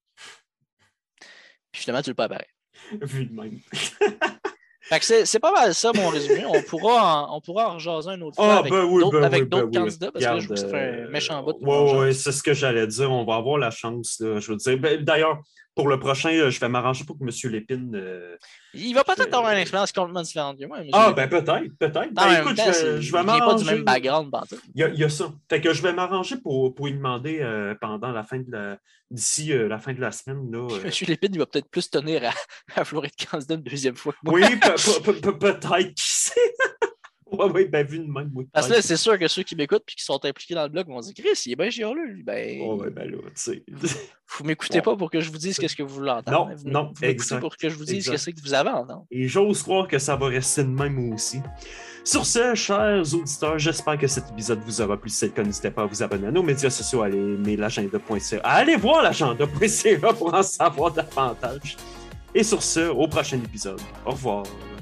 Puis finalement, tu le peux apparaître. Vu de même. Fait que c'est pas mal ça, mon résumé. On pourra en rejaser une autre fois avec d'autres candidats, parce que là, je trouve que ça fait un méchant bout. Oui, c'est ce que j'allais dire. On va avoir la chance, là, je veux dire. D'ailleurs, pour le prochain, je vais m'arranger pour que M. Lépine... il va peut-être avoir une expérience complètement différente que moi. Peut-être. Écoute, je vais m'arranger. Il n'est pas du même background. Il y a ça. Fait que je vais m'arranger pour lui demander pendant la fin de d'ici la fin de la semaine. Là, M. Lépine, il va peut-être plus tenir à vouloir être candidat une deuxième fois. Oui, peut-être, qui sait. Oui, ben vu de même. Oui, parce que là, c'est sûr que ceux qui m'écoutent et qui sont impliqués dans le blog vont dire Chris, il est bien chialeux, lui. Ben là, tu sais. Vous m'écoutez pas pour que je vous dise qu'est-ce que vous voulez entendre. Non, vous m'écoutez pour que je vous dise qu'est-ce que vous avez à entendre. Et j'ose croire que ça va rester de même aussi. Sur ce, chers auditeurs, j'espère que cet épisode vous aura plu. Si c'est le cas, n'hésitez pas à vous abonner à nos médias sociaux, allez aimer l'agenda.ca. Allez voir l'agenda.ca pour en savoir davantage. Et sur ce, au prochain épisode. Au revoir.